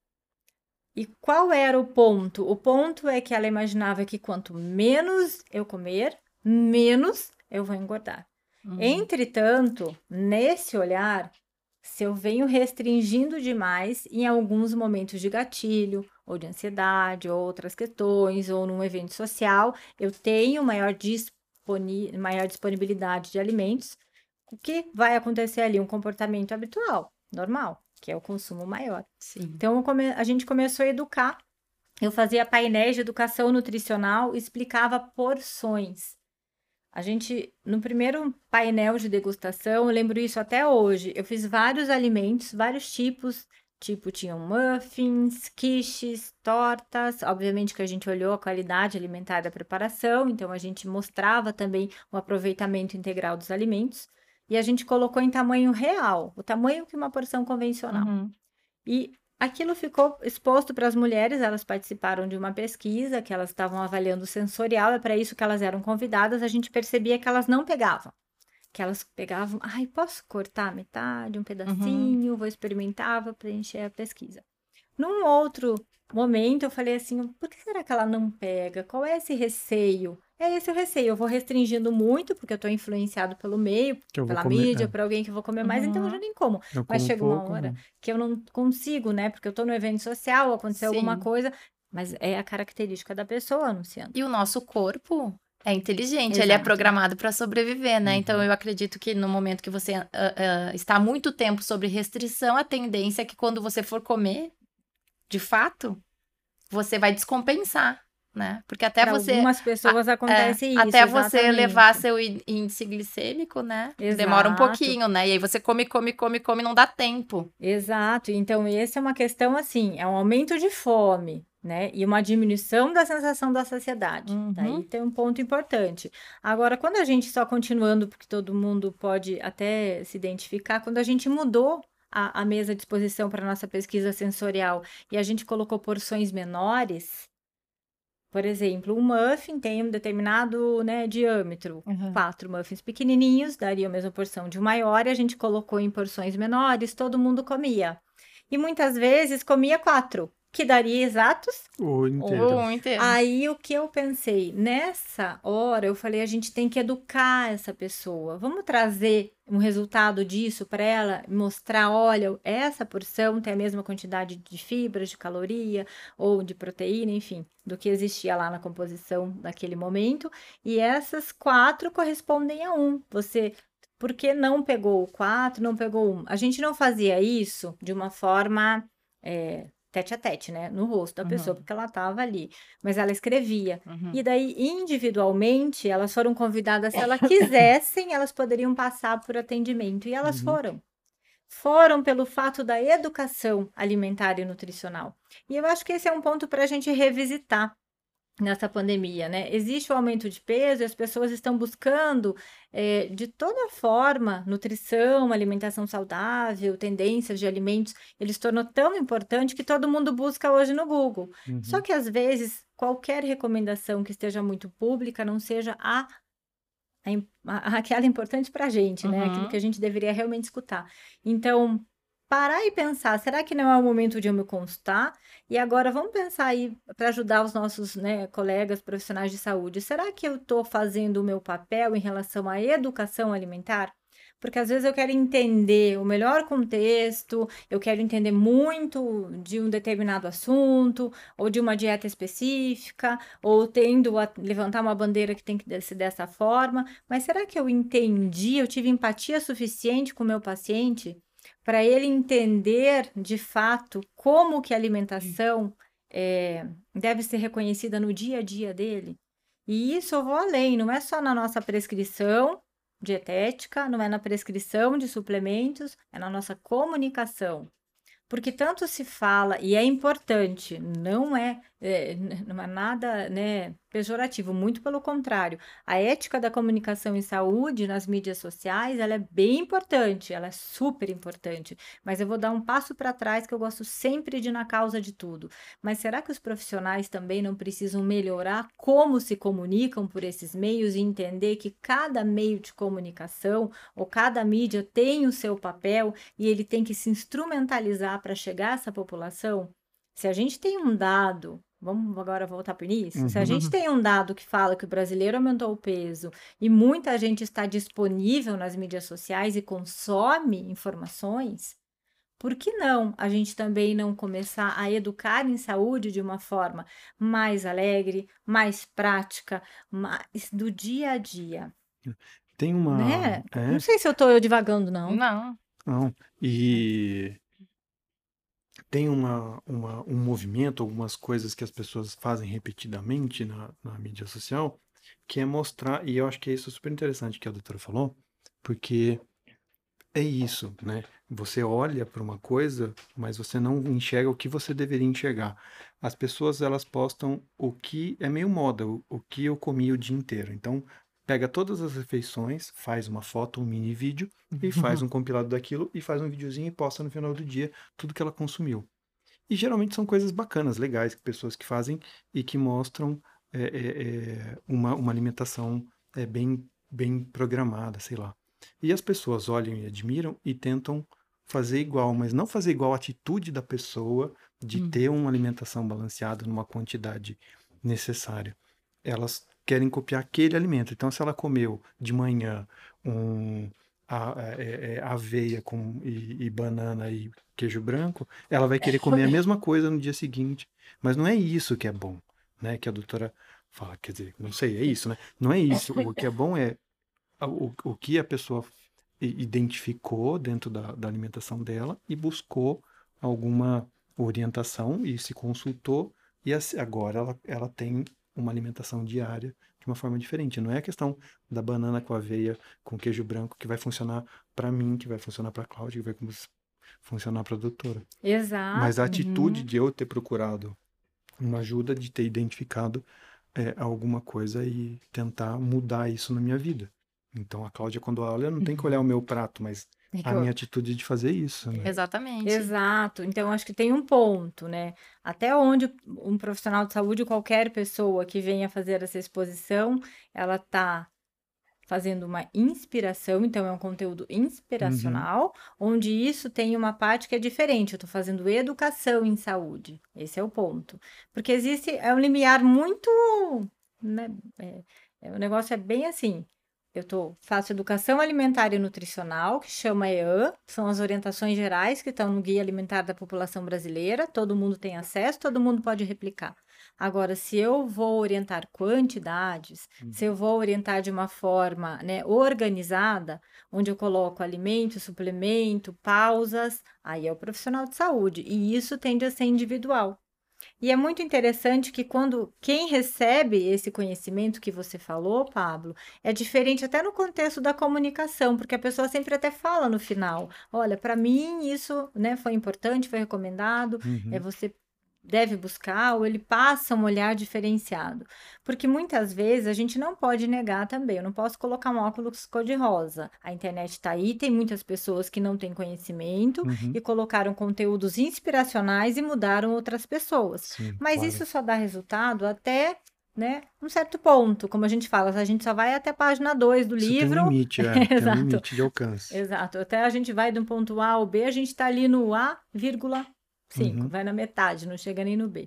E qual era o ponto? O ponto é que ela imaginava que quanto menos eu comer, menos eu vou engordar. Uhum. Entretanto, nesse olhar, se eu venho restringindo demais em alguns momentos de gatilho, ou de ansiedade, ou outras questões, ou num evento social, eu tenho maior, disponi- maior disponibilidade de alimentos, o que vai acontecer ali? Um comportamento habitual, normal, que é o consumo maior. Sim. Então, come- a gente começou a educar. Eu fazia painéis de educação nutricional, explicava porções. A gente, no primeiro painel de degustação, eu lembro isso até hoje, eu fiz vários alimentos, vários tipos, tipo, tinham muffins, quiches, tortas, obviamente que a gente olhou a qualidade alimentar da preparação, então a gente mostrava também o aproveitamento integral dos alimentos, e a gente colocou em tamanho real, o tamanho que uma porção convencional. Uhum. E aquilo ficou exposto para as mulheres, elas participaram de uma pesquisa que elas estavam avaliando o sensorial, é para isso que elas eram convidadas, a gente percebia que elas não pegavam. Que elas pegavam, ai, posso cortar metade, um pedacinho, uhum. vou experimentar, vou preencher a pesquisa. Num outro momento, eu falei assim, por que será que ela não pega? Qual é esse receio? É esse o receio, eu vou restringindo muito, porque eu estou influenciado pelo meio, pela comer, mídia, é. por alguém que eu vou comer mais, uhum. então eu já nem como. Eu mas como chega pouco, uma hora né? que eu não consigo, né? Porque eu estou no evento social, aconteceu Sim. alguma coisa, mas é a característica da pessoa, Luciano. E o nosso corpo é inteligente, Exato. ele é programado para sobreviver, né? Uhum. Então, eu acredito que no momento que você uh, uh, está muito tempo sobre restrição, a tendência é que quando você for comer, de fato, você vai descompensar, né? Porque até pra você... algumas pessoas a, acontece é, isso, Até exatamente. você elevar seu índice glicêmico, né? Exato. Demora um pouquinho, né? E aí você come, come, come, come, não dá tempo. Exato. Então, essa é uma questão, assim, é um aumento de fome, né? E uma diminuição da sensação da saciedade. Uhum. Daí tem um ponto importante. Agora, quando a gente, só continuando, porque todo mundo pode até se identificar, quando a gente mudou a, a mesa de exposição para nossa pesquisa sensorial e a gente colocou porções menores, por exemplo, um muffin tem um determinado, né, diâmetro. Uhum. Quatro muffins pequenininhos daria a mesma porção de um maior e a gente colocou em porções menores, todo mundo comia. E muitas vezes comia quatro, que daria exatos O inteiro. Um inteiro. Aí o que eu pensei, nessa hora eu falei, a gente tem que educar essa pessoa. Vamos trazer um resultado disso para ela, mostrar, olha, essa porção tem a mesma quantidade de fibras, de caloria ou de proteína, enfim, do que existia lá na composição daquele momento. E essas quatro correspondem a um. Você, por que não pegou quatro, não pegou um? A gente não fazia isso de uma forma é, tete a tete, né? No rosto da pessoa, Uhum. porque ela estava ali. Mas ela escrevia. Uhum. E daí, individualmente, elas foram convidadas, se elas quisessem, elas poderiam passar por atendimento. E elas Uhum. foram. Foram pelo fato da educação alimentar e nutricional. E eu acho que esse é um ponto para a gente revisitar nessa pandemia, né? Existe o aumento de peso e as pessoas estão buscando, é, de toda forma, nutrição, alimentação saudável, tendências de alimentos. Ele se tornou tão importante que todo mundo busca hoje no Google. Uhum. Só que, às vezes, qualquer recomendação que esteja muito pública não seja a, a, a aquela importante para a gente, né? Uhum. Aquilo que a gente deveria realmente escutar. Então, parar e pensar, será que não é o momento de eu me consultar? E agora vamos pensar aí para ajudar os nossos, né, colegas profissionais de saúde. Será que eu estou fazendo o meu papel em relação à educação alimentar? Porque às vezes eu quero entender o melhor contexto, eu quero entender muito de um determinado assunto, ou de uma dieta específica, ou tendo a levantar uma bandeira que tem que ser dessa forma. Mas será que eu entendi, eu tive empatia suficiente com o meu paciente para ele entender, de fato, como que a alimentação é, deve ser reconhecida no dia a dia dele. E isso eu vou além, não é só na nossa prescrição dietética, não é na prescrição de suplementos, é na nossa comunicação. Porque tanto se fala, e é importante, não é, é, não é nada, né, pejorativo, muito pelo contrário. A ética da comunicação em saúde nas mídias sociais, ela é bem importante, ela é super importante. Mas eu vou dar um passo para trás, que eu gosto sempre de ir na causa de tudo. Mas será que os profissionais também não precisam melhorar como se comunicam por esses meios e entender que cada meio de comunicação ou cada mídia tem o seu papel e ele tem que se instrumentalizar para chegar a essa população? Se a gente tem um dado, vamos agora voltar para o início, Uhum. se a gente tem um dado que fala que o brasileiro aumentou o peso e muita gente está disponível nas mídias sociais e consome informações, por que não a gente também não começar a educar em saúde de uma forma mais alegre, mais prática, mais do dia a dia, Tem uma. né? É, Não sei se eu estou divagando, não. Não. não. E tem uma, uma, um movimento, algumas coisas que as pessoas fazem repetidamente na, na mídia social, que é mostrar, e eu acho que é isso super interessante que a doutora falou, porque é isso, né? Você olha para uma coisa, mas você não enxerga o que você deveria enxergar. As pessoas, elas postam o que é meio moda, o, o que eu comi o dia inteiro. Então, pega todas as refeições, faz uma foto, um mini vídeo, e faz um compilado daquilo, e faz um videozinho e posta no final do dia tudo que ela consumiu. E geralmente são coisas bacanas, legais, pessoas que fazem e que mostram é, é, é, uma, uma alimentação é, bem, bem programada, sei lá. E as pessoas olham e admiram e tentam fazer igual, mas não fazer igual a atitude da pessoa de Hum. ter uma alimentação balanceada numa quantidade necessária. Elas querem copiar aquele alimento. Então, se ela comeu de manhã um, a, é, é, aveia com, e, e banana e queijo branco, ela vai querer comer a mesma coisa no dia seguinte. Mas não é isso que é bom, né? Que a doutora fala, quer dizer, não sei, é isso, né? Não é isso. O que é bom é o, o que a pessoa identificou dentro da, da alimentação dela e buscou alguma orientação e se consultou e agora ela, ela tem uma alimentação diária de uma forma diferente. Não é a questão da banana com aveia, com queijo branco que vai funcionar para mim, que vai funcionar para a Cláudia, que vai funcionar para a doutora. Exato. Mas a atitude Uhum. de eu ter procurado uma ajuda, de ter identificado é, alguma coisa e tentar mudar isso na minha vida. Então a Cláudia, quando olha, não tem que olhar o meu prato, mas É que a eu- minha atitude de fazer isso, né? Exatamente. Exato. Então, acho que tem um ponto, né? Até onde um profissional de saúde, qualquer pessoa que venha fazer essa exposição, ela está fazendo uma inspiração, então é um conteúdo inspiracional, onde isso tem uma parte que é diferente. Eu estou fazendo educação em saúde. Esse é o ponto. Porque existe, é um limiar muito, né? É, é, o negócio é bem assim. Eu tô, faço educação alimentar e nutricional, que chama E A N, são as orientações gerais que estão no Guia Alimentar da População Brasileira, todo mundo tem acesso, todo mundo pode replicar. Agora, se eu vou orientar quantidades, Uhum. se eu vou orientar de uma forma, né, organizada, onde eu coloco alimento, suplemento, pausas, aí é o profissional de saúde, e isso tende a ser individual. E é muito interessante que quando quem recebe esse conhecimento que você falou, Pablo, é diferente até no contexto da comunicação, porque a pessoa sempre até fala no final, olha, para mim isso, né, foi importante, foi recomendado, Uhum. é você deve buscar, ou ele passa um olhar diferenciado. Porque muitas vezes a gente não pode negar também. Eu não posso colocar um óculos cor-de-rosa. A internet está aí, tem muitas pessoas que não têm conhecimento Uhum. e colocaram conteúdos inspiracionais e mudaram outras pessoas. Sim, Mas claro. isso só dá resultado até, né, um certo ponto. Como a gente fala, a gente só vai até a página dois do Isso livro. tem um limite, é, tem um Exato. limite de alcance. Exato. Até a gente vai de um ponto A ao B, a gente está ali no A, vírgula cinco, Uhum. vai na metade, não chega nem no B.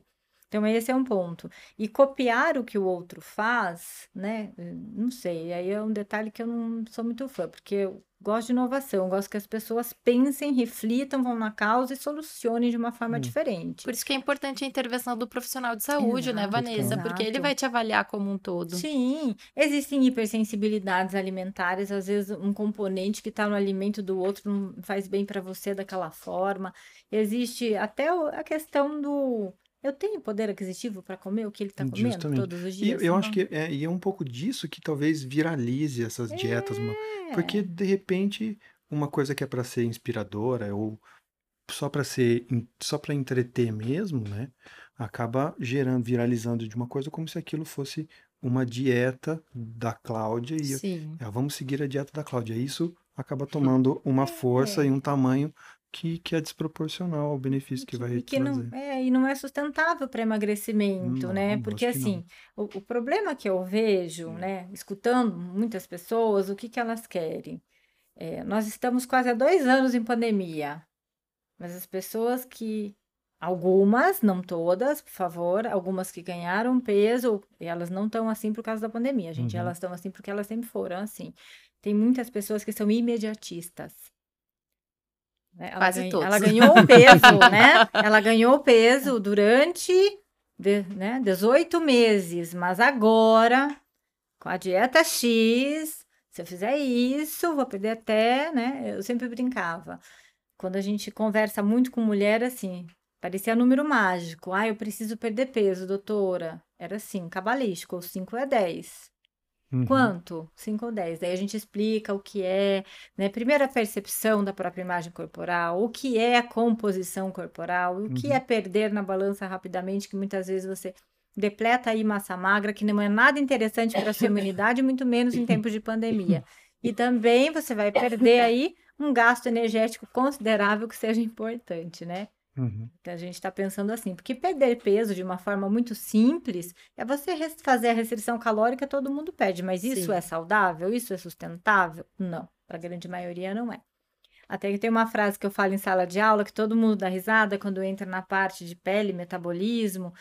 Então, esse é um ponto. E copiar o que o outro faz, né? Não sei, aí é um detalhe que eu não sou muito fã, porque eu gosto de inovação, eu gosto que as pessoas pensem, reflitam, vão na causa e solucionem de uma forma Hum. diferente. Por isso que é importante a intervenção do profissional de saúde, né, Exato, Vanessa? Porque ele exato. vai te avaliar como um todo. Sim, existem hipersensibilidades alimentares, às vezes um componente que está no alimento do outro não faz bem para você daquela forma. Existe até o- a questão do eu tenho poder aquisitivo para comer o que ele está comendo Justamente. todos os E dias? eu acho Não. que é, e é um pouco disso que talvez viralize essas dietas, uma- porque É, de repente uma coisa que é para ser inspiradora ou só para ser, en- só para entreter mesmo, né? Acaba gerando, viralizando de uma coisa como se aquilo fosse uma dieta da Cláudia e Sim. ah, vamos seguir a dieta da Cláudia. Isso acaba tomando uma força e um é. tamanho que, que é desproporcional ao benefício E que que, vai e que não, trazer. é, e não é sustentável para emagrecimento, né? Não, Porque acho que não. assim, o, o problema que eu vejo, né, escutando muitas pessoas, o que que elas querem? É, nós estamos quase há dois anos em pandemia. Mas as pessoas que, algumas, não todas, por favor, algumas que ganharam peso, elas não estão assim por causa da pandemia, gente. Uhum. Elas estão assim porque elas sempre foram assim. Tem muitas pessoas que são imediatistas. Né? Ela, Quase ganha- todos. ela ganhou peso, né? Ela ganhou peso durante, de- né, dezoito meses, mas agora, com a dieta X, se eu fizer isso, vou perder até, né? Eu sempre brincava. Quando a gente conversa muito com mulher, assim, parecia número mágico. Ah, eu preciso perder peso, doutora. Era assim, cabalístico, ou cinco é dez. Uhum. Quanto? Cinco ou dez. Daí a gente explica o que é, né? Primeiro a percepção da própria imagem corporal, o que é a composição corporal, o que é Uhum. perder na balança rapidamente, que muitas vezes você depleta aí massa magra, que não é nada interessante para a sua imunidade, muito menos em tempos de pandemia. E também você vai perder aí um gasto energético considerável que seja importante, né? Uhum. Então a gente está pensando assim, porque perder peso de uma forma muito simples é você res- fazer a restrição calórica, todo mundo pede, mas isso Sim. é saudável? Isso é sustentável? Não, para a grande maioria não é. Até que tem uma frase que eu falo em sala de aula que todo mundo dá risada quando entra na parte de pele, metabolismo,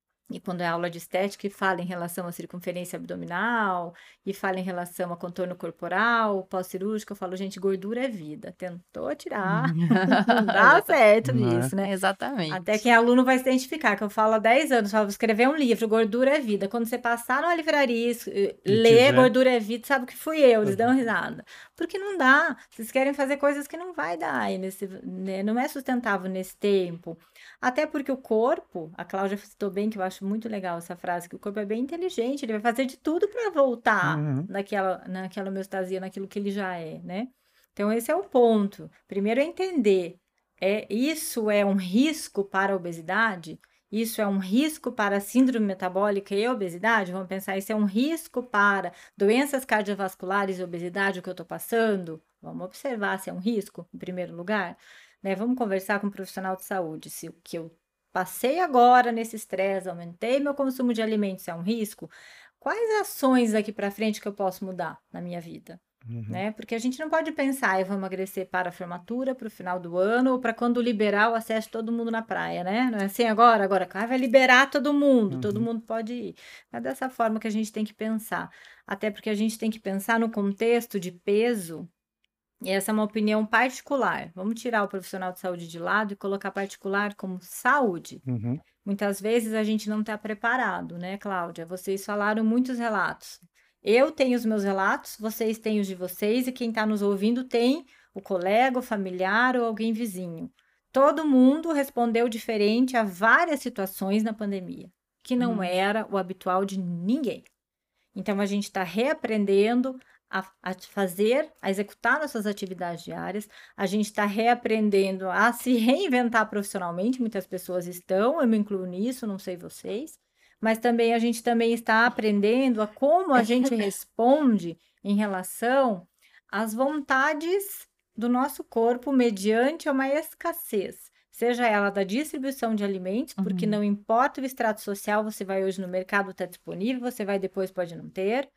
e quando é aula de estética, e fala em relação à circunferência abdominal, e fala em relação a contorno corporal, pós-cirúrgico, eu falo, gente, gordura é vida. Tentou tirar, não dá Exata- certo Não é? nisso, né? Até Exatamente. quem é aluno vai se identificar, que eu falo há dez anos, falo, vou escrever um livro, Gordura é Vida. Quando você passar numa livraria, es- eh, E ler tiver. Gordura é Vida, sabe que fui eu, eles dão Uhum. risada. Porque não dá, vocês querem fazer coisas que não vai dar, e nesse, né, não é sustentável nesse tempo. Até porque o corpo, a Cláudia citou bem, que eu acho muito legal essa frase, que o corpo é bem inteligente, ele vai fazer de tudo para voltar Uhum. naquela, naquela homeostasia, naquilo que ele já é, né? Então, esse é o ponto. Primeiro é entender, é, isso é um risco para a obesidade? Isso é um risco para a síndrome metabólica e obesidade? Vamos pensar, isso é um risco para doenças cardiovasculares e obesidade, o que eu estou passando? Vamos observar se é um risco, em primeiro lugar. Né? Vamos conversar com um profissional de saúde, se o que eu passei agora nesse estresse, aumentei meu consumo de alimentos, é um risco? Quais ações daqui para frente que eu posso mudar na minha vida? Uhum. Né? Porque a gente não pode pensar, eu vou emagrecer para a formatura, para o final do ano, ou para quando liberar o acesso de todo mundo na praia, né? Não é assim agora, agora ah, vai liberar todo mundo, todo Uhum. mundo pode ir. É dessa forma que a gente tem que pensar. Até porque a gente tem que pensar no contexto de peso, e essa é uma opinião particular. Vamos tirar o profissional de saúde de lado e colocar particular como saúde. Uhum. Muitas vezes a gente não está preparado, né, Cláudia? Vocês falaram muitos relatos. Eu tenho os meus relatos, vocês têm os de vocês, e quem está nos ouvindo tem o colega, o familiar ou alguém vizinho. Todo mundo respondeu diferente a várias situações na pandemia, que não Hum. era o habitual de ninguém. Então, a gente está reaprendendo a, a fazer, a executar nossas atividades diárias, a gente está reaprendendo a se reinventar profissionalmente, muitas pessoas estão, eu me incluo nisso, não sei vocês, mas também a gente também está aprendendo a como a gente responde em relação às vontades do nosso corpo mediante uma escassez. Seja ela da distribuição de alimentos, porque Uhum. não importa o extrato social, você vai hoje no mercado, está disponível, você vai depois, pode não ter.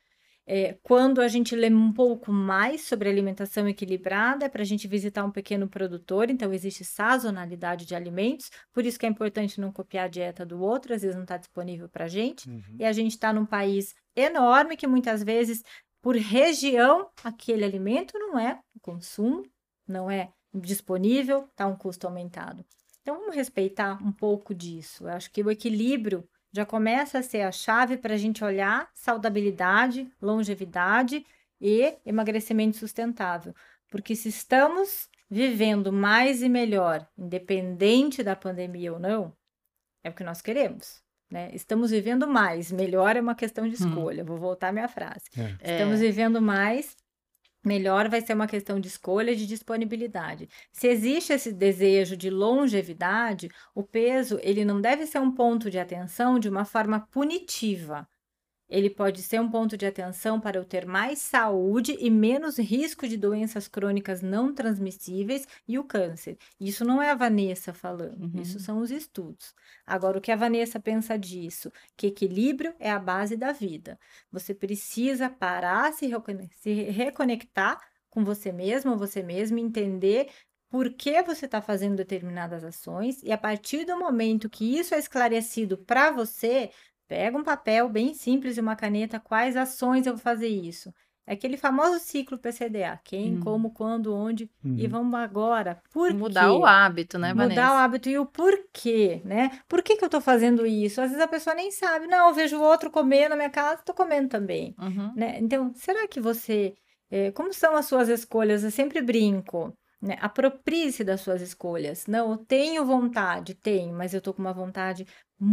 É, quando a gente lê um pouco mais sobre alimentação equilibrada, é para a gente visitar um pequeno produtor, então existe sazonalidade de alimentos, por isso que é importante não copiar a dieta do outro, às vezes não está disponível para a gente, Uhum. e a gente está num país enorme que muitas vezes, por região, aquele alimento não é o consumo, não é disponível, está um custo aumentado. Então, vamos respeitar um pouco disso. Eu acho que o equilíbrio já começa a ser a chave para a gente olhar saudabilidade, longevidade e emagrecimento sustentável. Porque se estamos vivendo mais e melhor, independente da pandemia ou não, é o que nós queremos, né? Estamos vivendo mais, melhor é uma questão de escolha. Hum. Vou voltar à minha frase. É. Estamos É. vivendo mais, melhor vai ser uma questão de escolha e de disponibilidade. Se existe esse desejo de longevidade, o peso ele não deve ser um ponto de atenção de uma forma punitiva. Ele pode ser um ponto de atenção para eu ter mais saúde e menos risco de doenças crônicas não transmissíveis e o câncer. Isso não é a Vanessa falando, Uhum. isso são os estudos. Agora, o que a Vanessa pensa disso? Que equilíbrio é a base da vida. Você precisa parar, se, recone- se reconectar com você mesmo, você mesmo, entender por que você está fazendo determinadas ações e a partir do momento que isso é esclarecido para você, pega um papel bem simples e uma caneta, quais ações eu vou fazer isso? É aquele famoso ciclo P C D A, quem, Hum. como, quando, onde, e Uhum. vamos agora, por Mudar quê? o hábito, né, Mudar o Vanessa? hábito e o porquê, né? Por que que eu tô fazendo isso? Às vezes a pessoa nem sabe, não, eu vejo o outro comer na minha casa, tô comendo também, Uhum. né? Então, será que você, eh, como são as suas escolhas? Eu sempre brinco, né? Aproprie-se das suas escolhas. Não, eu tenho vontade, tenho, mas eu tô com uma vontade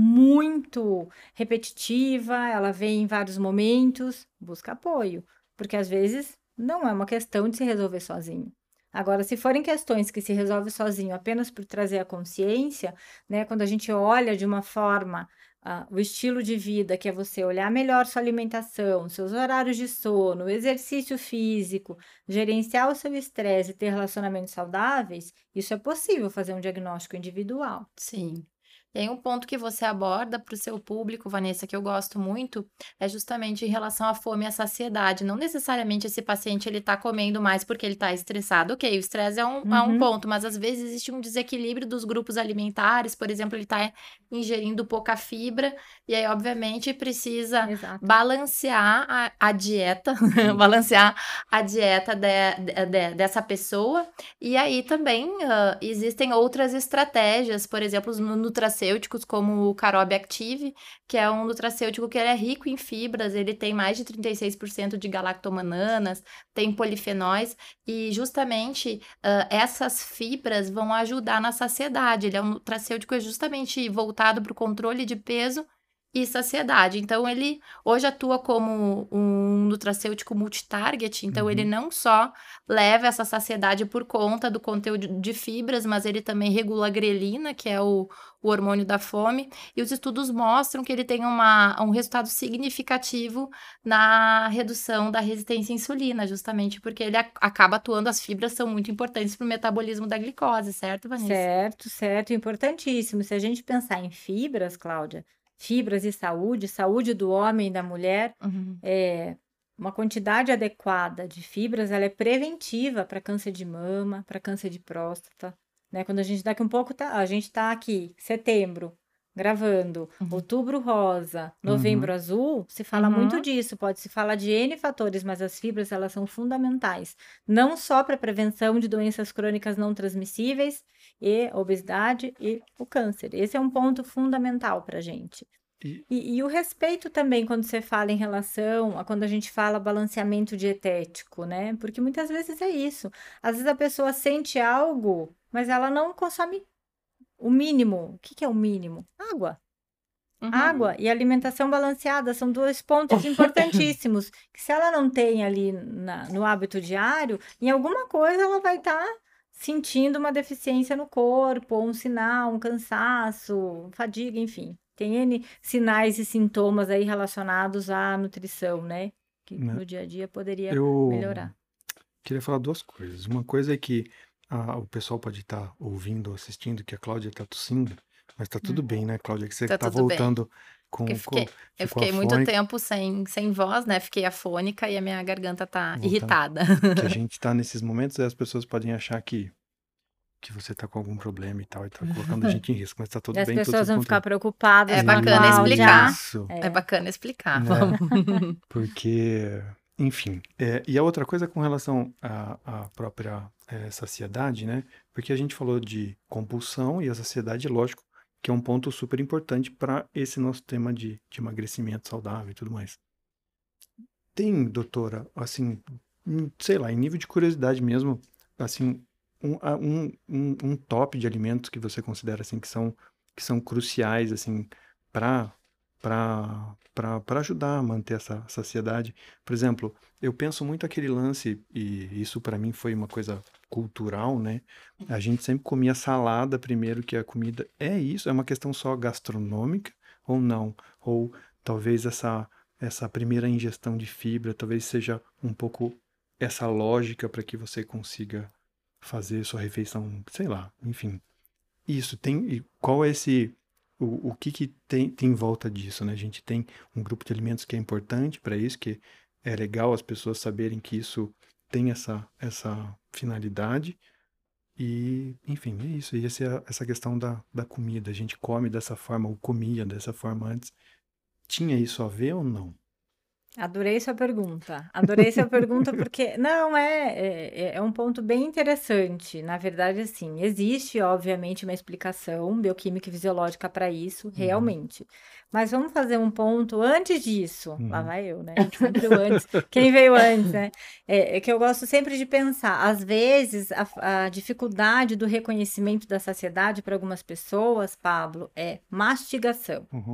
muito repetitiva, ela vem em vários momentos, busca apoio, porque às vezes não é uma questão de se resolver sozinho. Agora, se forem questões que se resolve sozinho apenas por trazer a consciência, né, quando a gente olha de uma forma ah, o estilo de vida, que é você olhar melhor sua alimentação, seus horários de sono, o exercício físico, gerenciar o seu estresse e ter relacionamentos saudáveis, isso é possível fazer um diagnóstico individual. Sim. Tem um ponto que você aborda para o seu público, Vanessa, que eu gosto muito, é justamente em relação à fome e à saciedade. Não necessariamente esse paciente ele está comendo mais porque ele está estressado. Ok, o estresse é um, é um Uhum. ponto, mas às vezes existe um desequilíbrio dos grupos alimentares. Por exemplo, ele está ingerindo pouca fibra e aí, obviamente, precisa Exato. balancear a, a dieta, balancear a dieta de- de- de- dessa pessoa. E aí também ah, existem outras estratégias, por exemplo, os nu- nutracêuticos, como o Carob Active, que é um nutracêutico que ele é rico em fibras, ele tem mais de trinta e seis por cento de galactomananas, tem polifenóis, e justamente ah, essas fibras vão ajudar na saciedade. Ele é um nutracêutico justamente voltado para o controle de peso e saciedade. Então, ele hoje atua como um nutracêutico multitarget, então Uhum. ele não só leva essa saciedade por conta do conteúdo de fibras, mas ele também regula a grelina, que é o, o hormônio da fome, e os estudos mostram que ele tem uma, um resultado significativo na redução da resistência à insulina, justamente porque ele a- acaba atuando, as fibras são muito importantes para o metabolismo da glicose, certo, Vanessa? Certo, certo, importantíssimo. Se a gente pensar em fibras, Cláudia, fibras e saúde, saúde do homem e da mulher, Uhum. é, uma quantidade adequada de fibras, ela é preventiva para câncer de mama, para câncer de próstata, né? Quando a gente daqui um pouco tá, a gente tá aqui, setembro, gravando, Uhum. outubro rosa, novembro Uhum. azul, se fala muito Uhum. disso, pode se falar de N fatores, mas as fibras elas são fundamentais, não só para prevenção de doenças crônicas não transmissíveis e a obesidade e o câncer. Esse é um ponto fundamental para a gente. E, E, e o respeito também, quando você fala em relação a quando a gente fala balanceamento dietético, né? Porque muitas vezes é isso. Às vezes a pessoa sente algo, mas ela não consome o mínimo. O que que é o mínimo? Água. Uhum. Água e alimentação balanceada são dois pontos importantíssimos. Que se ela não tem ali na- no hábito diário, em alguma coisa ela vai estar sentindo uma deficiência no corpo, ou um sinal, um cansaço, fadiga, enfim. Tem N sinais e sintomas aí relacionados à nutrição, né? Que né, no dia a dia poderia eu melhorar. queria falar duas coisas. Uma coisa é que ah, o pessoal pode estar ouvindo ou assistindo que a Cláudia está tossindo, Mas tá tudo bem, né, Cláudia? Que você Tá tá tudo bem. voltando com, Porque com fiquei, eu ficou fiquei muito afônica, tempo sem, sem voz, né? Fiquei afônica e a minha garganta tá voltando. irritada. Que a gente tá nesses momentos e as pessoas podem achar que, que você tá com algum problema e tal, e tá colocando a gente em risco, mas tá E tudo as bem, tudo pessoas sob vão ficar controle. preocupadas É com a bacana Cláudia. explicar. Isso, É É. bacana explicar. né? Vamos. Porque, enfim, é, e a outra coisa com relação à, à própria é, saciedade, né? Porque a gente falou de compulsão e a saciedade, lógico, que é um ponto super importante para esse nosso tema de, de emagrecimento saudável e tudo mais. Tem, doutora, assim, em, sei lá, em nível de curiosidade mesmo, assim, um, a- um, um, um top de alimentos que você considera assim que são que são cruciais assim para para para ajudar a manter essa saciedade. Por exemplo, eu penso muito aquele lance e isso para mim foi uma coisa cultural, né? A gente sempre comia salada primeiro que a comida. É isso? É uma questão só gastronômica ou não? Ou talvez essa essa primeira ingestão de fibra talvez seja um pouco essa lógica para que você consiga fazer sua refeição, sei lá, enfim. Isso tem e qual é esse o, o que que tem, tem em volta disso, né? A gente tem um grupo de alimentos que é importante para isso, que é legal as pessoas saberem que isso tem essa essa finalidade e, enfim, é isso. E essa, é essa questão da, da comida. A gente come dessa forma, ou comia dessa forma antes. Tinha isso a ver ou não? Adorei sua pergunta. Adorei sua pergunta porque não é, é, é um ponto bem interessante. Na verdade, assim, existe obviamente uma explicação bioquímica e fisiológica para isso, Uhum, realmente. Mas vamos fazer um ponto antes disso. Lá uhum. vai eu, né? Sempre o antes. Quem veio antes, né? É, é que eu gosto sempre de pensar. Às vezes, a, a dificuldade do reconhecimento da saciedade para algumas pessoas, Pablo, é mastigação. Uhum.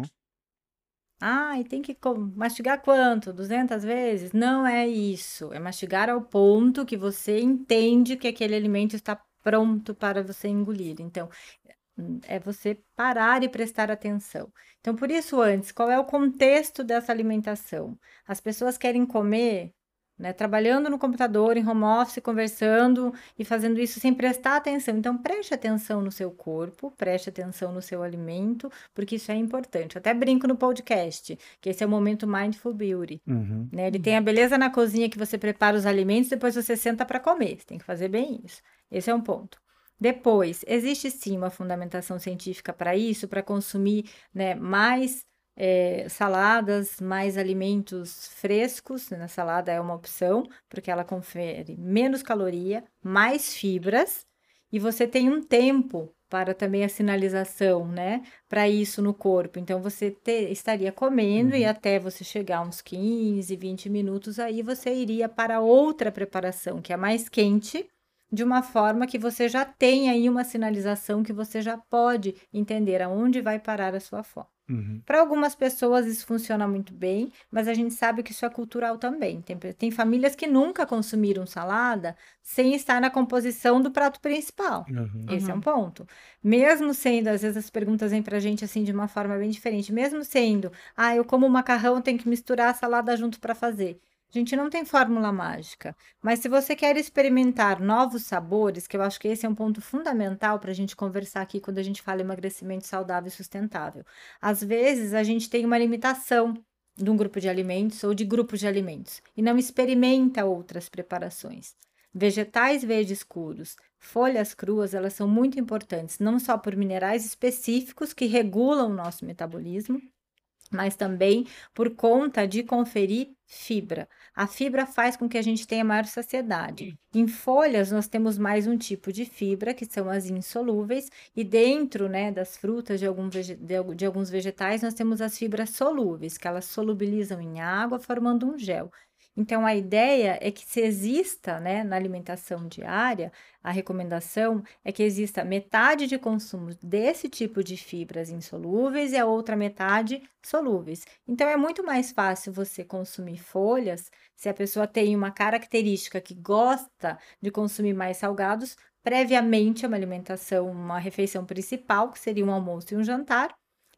Ah, e tem que com- mastigar quanto? duzentas vezes? Não é isso. É mastigar ao ponto que você entende que aquele alimento está pronto para você engolir. Então, hum, é você parar e prestar atenção. Então, por isso, antes, qual é o contexto dessa alimentação? As pessoas querem comer, né, trabalhando no computador, em home office, conversando e fazendo isso sem prestar atenção. Então, preste atenção no seu corpo, preste atenção no seu alimento, porque isso é importante. Eu até brinco no podcast, que esse é o momento Mindful Beauty. Uhum. Né? Ele tem a beleza na cozinha que você prepara os alimentos, depois você senta para comer. Você tem que fazer bem isso. Esse é um ponto. Depois, existe sim uma fundamentação científica para isso, para consumir, né, mais eh, saladas, mais alimentos frescos. Na salada é uma opção, porque ela confere menos caloria, mais fibras, e você tem um tempo para também a sinalização, né, para isso no corpo. Então, você te- estaria comendo e Uhum. até você chegar uns quinze, vinte minutos, aí você iria para outra preparação, que é mais quente, de uma forma que você já tem aí uma sinalização que você já pode entender aonde vai parar a sua fome. Uhum. Para algumas pessoas isso funciona muito bem, mas a gente sabe que isso é cultural também. Tem, pe- tem famílias que nunca consumiram salada sem estar na composição do prato principal. Uhum. Esse é um Uhum. ponto. Mesmo sendo, às vezes as perguntas vêm pra gente assim de uma forma bem diferente. Mesmo sendo, ah, eu como macarrão, tenho que misturar a salada junto para fazer. A gente não tem fórmula mágica. Mas se você quer experimentar novos sabores, que eu acho que esse é um ponto fundamental para a gente conversar aqui quando a gente fala em emagrecimento saudável e sustentável. Às vezes a gente tem uma limitação de um grupo de alimentos ou de grupos de alimentos e não experimenta outras preparações. Vegetais verdes escuros, folhas cruas, elas são muito importantes, não só por minerais específicos que regulam o nosso metabolismo, mas também por conta de conferir fibra. A fibra faz com que a gente tenha maior saciedade. Em folhas, nós temos mais um tipo de fibra, que são as insolúveis, e dentro, né, das frutas de, algum vege- de al- de alguns vegetais, nós temos as fibras solúveis, que elas solubilizam em água, formando um gel. Então, a ideia é que se exista, né, na alimentação diária, a recomendação é que exista metade de consumo desse tipo de fibras insolúveis e a outra metade solúveis. Então, é muito mais fácil você consumir folhas se a pessoa tem uma característica que gosta de consumir mais salgados, previamente a uma alimentação, uma refeição principal, que seria um almoço e um jantar.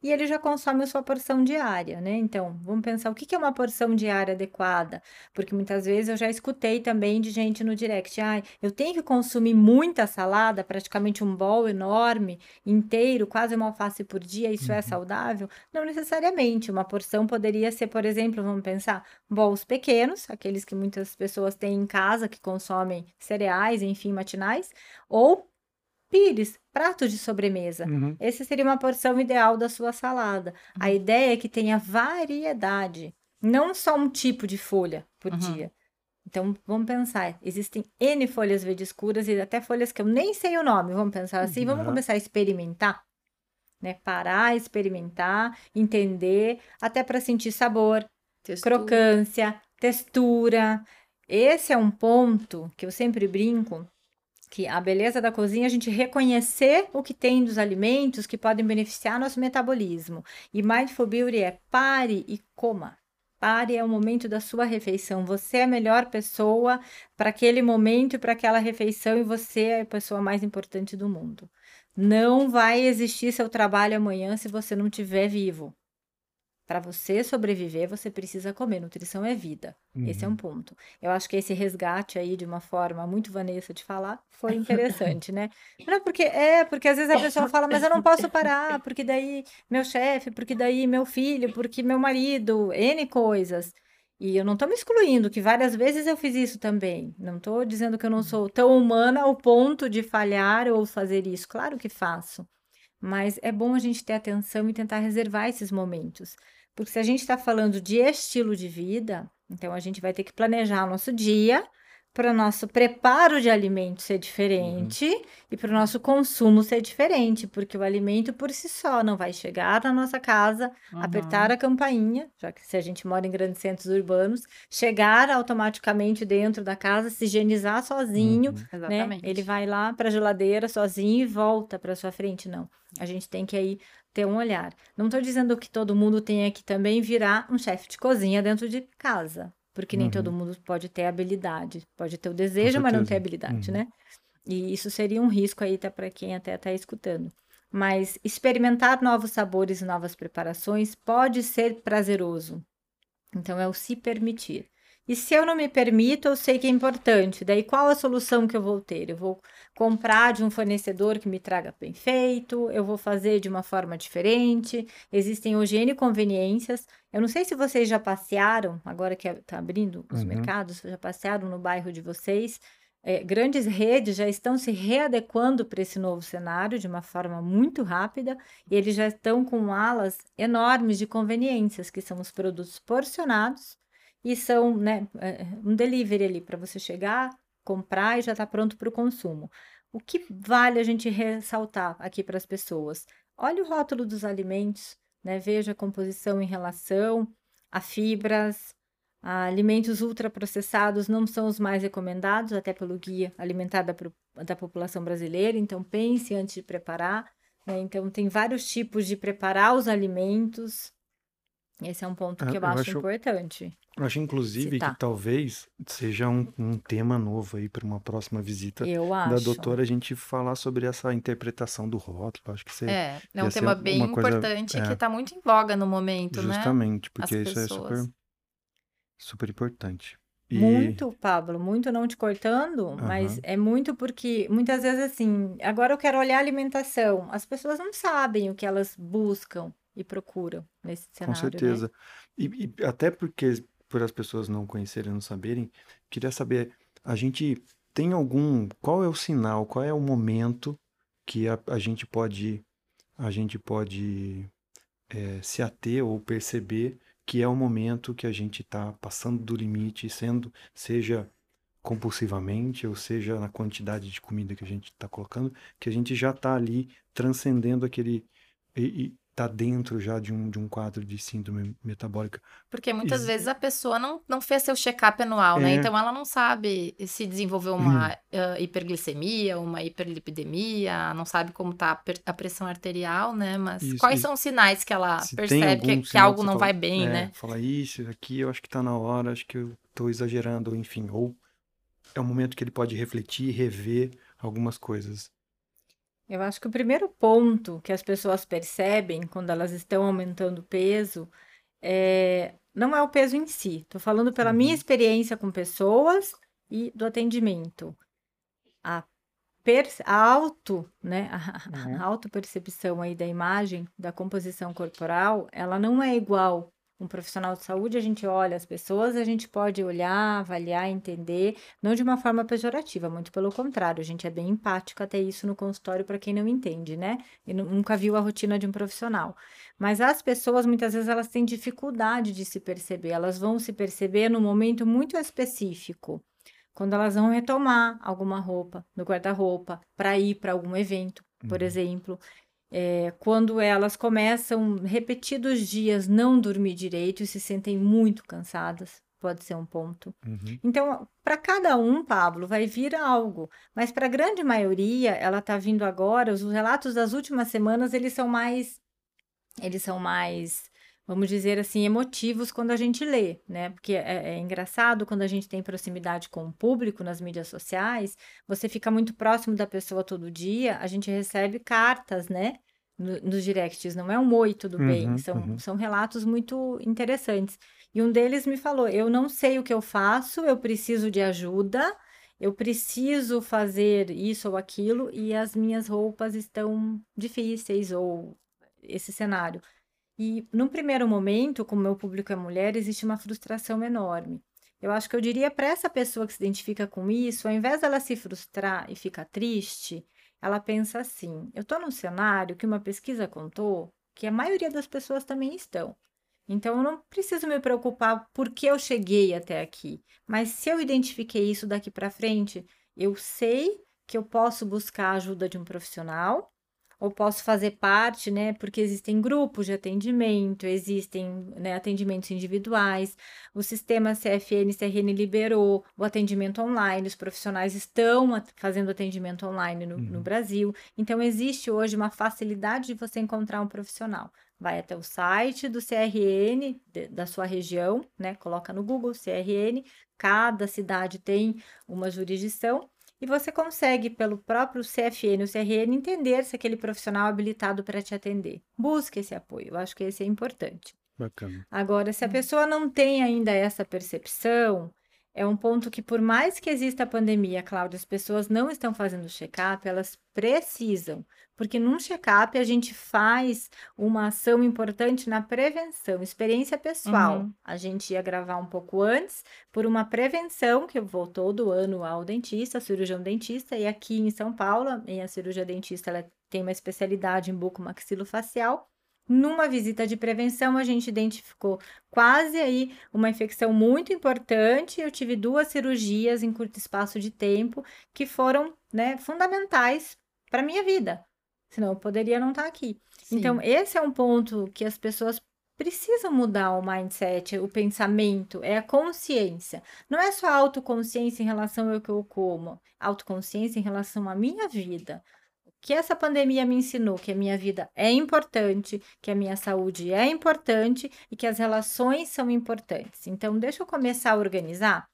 e ele já consome a sua porção diária, né? Então, vamos pensar o que que é uma porção diária adequada, porque muitas vezes eu já escutei também de gente no direct, ai, eu tenho que consumir muita salada, praticamente um bowl enorme, inteiro, quase uma alface por dia, isso é Uhum. saudável? Não necessariamente, uma porção poderia ser, por exemplo, vamos pensar, bowls pequenos, aqueles que muitas pessoas têm em casa, que consomem cereais, enfim, matinais, ou pires, prato de sobremesa. Uhum. Esse seria uma porção ideal da sua salada. A Uhum. ideia é que tenha variedade, não só um tipo de folha por Uhum. dia. Então, vamos pensar, existem N folhas verde escuras e até folhas que eu nem sei o nome, vamos pensar assim, vamos Aham. começar a experimentar, né? Parar, experimentar, entender, até para sentir sabor, Textura. crocância, textura. Esse é um ponto que eu sempre brinco, que a beleza da cozinha é a gente reconhecer o que tem dos alimentos que podem beneficiar nosso metabolismo. E Mindful Beauty é pare e coma. Pare é o momento da sua refeição. Você é a melhor pessoa para aquele momento e para aquela refeição e você é a pessoa mais importante do mundo. Não vai existir seu trabalho amanhã se você não estiver vivo. Para você sobreviver, você precisa comer. Nutrição é vida. Esse é um Uhum. ponto. Eu acho que esse resgate aí, de uma forma muito Vanessa de falar, foi interessante, né? Não, porque é, porque às vezes a pessoa fala, mas eu não posso parar, porque daí meu chefe, porque daí meu filho, porque meu marido, N coisas. E eu não estou me excluindo, que várias vezes eu fiz isso também. Não estou dizendo que eu não sou tão humana ao ponto de falhar ou fazer isso. Claro que faço. Mas é bom a gente ter atenção e tentar reservar esses momentos. Porque se a gente está falando de estilo de vida, então a gente vai ter que planejar o nosso dia para o nosso preparo de alimento ser Uhum. diferente e para o nosso consumo ser diferente, porque o alimento por si só não vai chegar na nossa casa, apertar Uhum. a campainha, já que se a gente mora em grandes centros urbanos, chegar automaticamente dentro da casa, se higienizar sozinho, Uhum. né? Ele Exatamente. vai lá para a geladeira sozinho e volta para sua frente, não. A gente tem que aí ter um olhar. Não estou dizendo que todo mundo tenha que também virar um chefe de cozinha dentro de casa, porque nem todo Uhum. mundo pode ter habilidade, pode ter o Com desejo, mas não ter certeza. habilidade, Uhum. né? E isso seria um risco aí tá, para quem até está escutando. Mas experimentar novos sabores e novas preparações pode ser prazeroso. Então, é o se permitir. E se eu não me permito, eu sei que é importante. Daí, qual a solução que eu vou ter? Eu vou comprar de um fornecedor que me traga bem feito, eu vou fazer de uma forma diferente. Existem hoje N conveniências. Eu não sei se vocês já passearam, agora que está abrindo os Uhum. mercados, já passearam no bairro de vocês. É, grandes redes já estão se readequando para esse novo cenário de uma forma muito rápida e eles já estão com alas enormes de conveniências, que são os produtos porcionados e são, né, é, um delivery ali para você chegar, comprar e já está pronto para o consumo. O que vale a gente ressaltar aqui para as pessoas? Olha o rótulo dos alimentos, né? Veja a composição em relação a fibras, a alimentos ultraprocessados não são os mais recomendados, até pelo Guia Alimentar da, Pro- da População Brasileira, então pense antes de preparar, né? Então, tem vários tipos de preparar os alimentos. Esse é um ponto que Ah, eu Eu acho acho, importante eu acho inclusive que citar. talvez seja um, um tema novo aí para uma próxima visita Eu da acho. doutora a gente falar sobre essa interpretação do rótulo. Acho que isso é- É, é um ia ser tema uma bem coisa, importante que é, está muito em voga no momento, né? justamente, As porque isso é pessoas. super, super importante. E, Muito, Pablo, muito não te cortando, mas aham, é muito porque muitas vezes assim, agora eu quero olhar a alimentação. As pessoas não sabem o que elas buscam e procuram nesse com cenário, né? certeza. E, e até porque, por as pessoas não conhecerem, não saberem, queria saber, a gente tem algum, qual é o sinal, qual é o momento que a, a gente pode, a gente pode é, se ater ou perceber que é o momento que a gente está passando do limite, sendo, seja compulsivamente, ou seja na quantidade de comida que a gente está colocando, que a gente já está ali transcendendo aquele e está dentro já de um, de um quadro de síndrome metabólica. Porque muitas vezes Exi- a pessoa não, não fez seu check-up anual, né? É, Então ela não sabe se desenvolveu uma ah, hiperglicemia, uma hiperlipidemia, não sabe como tá a, per- a pressão arterial, né? Mas isso, quais isso. são os sinais que ela Se tem percebe que, algum que sinal que algo você não fala, vai bem, é, né? fala isso, aqui eu acho que está na hora, acho que eu estou exagerando, ou enfim, ou é um momento que ele pode refletir, rever algumas coisas. Eu acho que o primeiro ponto que as pessoas percebem quando elas estão aumentando o peso é, não é o peso em si. Estou falando pela minha Uhum. experiência com pessoas e do atendimento. A, per, a auto, né, a, Uhum. a autopercepção aí da imagem, da composição corporal, ela não é igual. Um profissional de saúde, a gente olha as pessoas, a gente pode olhar, avaliar, entender, não de uma forma pejorativa, muito pelo contrário, a gente é bem empático até isso no consultório para quem não entende, né? E nu- nunca viu a rotina de um profissional. Mas as pessoas, muitas vezes, elas têm dificuldade de se perceber, elas vão se perceber num momento muito específico, quando elas vão retomar alguma roupa no guarda-roupa para ir para algum evento, por Uhum. exemplo. É, quando elas começam repetidos dias não dormir direito e se sentem muito cansadas, pode ser um ponto. Uhum. Então, para cada um, Pablo, vai vir algo, mas para a grande maioria, ela está vindo agora. Os relatos das últimas semanas, eles são mais eles são mais, vamos dizer assim, emotivos quando a gente lê, né? Porque é, é engraçado quando a gente tem proximidade com o público nas mídias sociais, você fica muito próximo da pessoa todo dia, a gente recebe cartas, né? no- Nos directs, não é um oi, tudo bem? Uhum. São, Uhum. são relatos muito interessantes. E um deles me falou: eu não sei o que eu faço, eu preciso de ajuda, eu preciso fazer isso ou aquilo, e as minhas roupas estão difíceis, ou esse cenário. E num primeiro momento, como meu público é mulher, existe uma frustração enorme. Eu acho que eu diria para essa pessoa que se identifica com isso, ao invés dela se frustrar e ficar triste, ela pensa assim: eu estou num cenário que uma pesquisa contou que a maioria das pessoas também estão. Então, eu não preciso me preocupar porque eu cheguei até aqui. Mas se eu identifiquei isso daqui para frente, eu sei que eu posso buscar a ajuda de um profissional ou posso fazer parte, né? Porque existem grupos de atendimento, existem, né, atendimentos individuais. O sistema C F N, C R N liberou o atendimento online, os profissionais estão at- fazendo atendimento online no, no Uhum. Brasil. Então, existe hoje uma facilidade de você encontrar um profissional. Vai até o site do C R N de- da sua região, né? Coloca no Google C R N, cada cidade tem uma jurisdição. E você consegue, pelo próprio C F N ou C R N, entender se aquele profissional é habilitado para te atender. Busque esse apoio, eu acho que esse é importante. Bacana. Agora, se a Hum. pessoa não tem ainda essa percepção, é um ponto que, por mais que exista a pandemia, Cláudia, as pessoas não estão fazendo check-up, elas precisam. Porque num check-up a gente faz uma ação importante na prevenção, experiência pessoal. Uhum. A gente ia gravar um pouco antes, por uma prevenção, que eu vou todo ano ao dentista, cirurgião dentista, e aqui em São Paulo, a minha cirurgia dentista, ela tem uma especialidade em bucomaxilofacial. Numa visita de prevenção, a gente identificou quase aí uma infecção muito importante. Eu tive duas cirurgias em curto espaço de tempo que foram, né, fundamentais para minha vida. Senão eu poderia não estar aqui. Então, Sim. esse é um ponto que as pessoas precisam mudar o mindset, o pensamento, é a consciência. Não é só a autoconsciência em relação ao que eu como, autoconsciência em relação à minha vida, que essa pandemia me ensinou que a minha vida é importante, que a minha saúde é importante e que as relações são importantes. Então, deixa eu começar a organizar,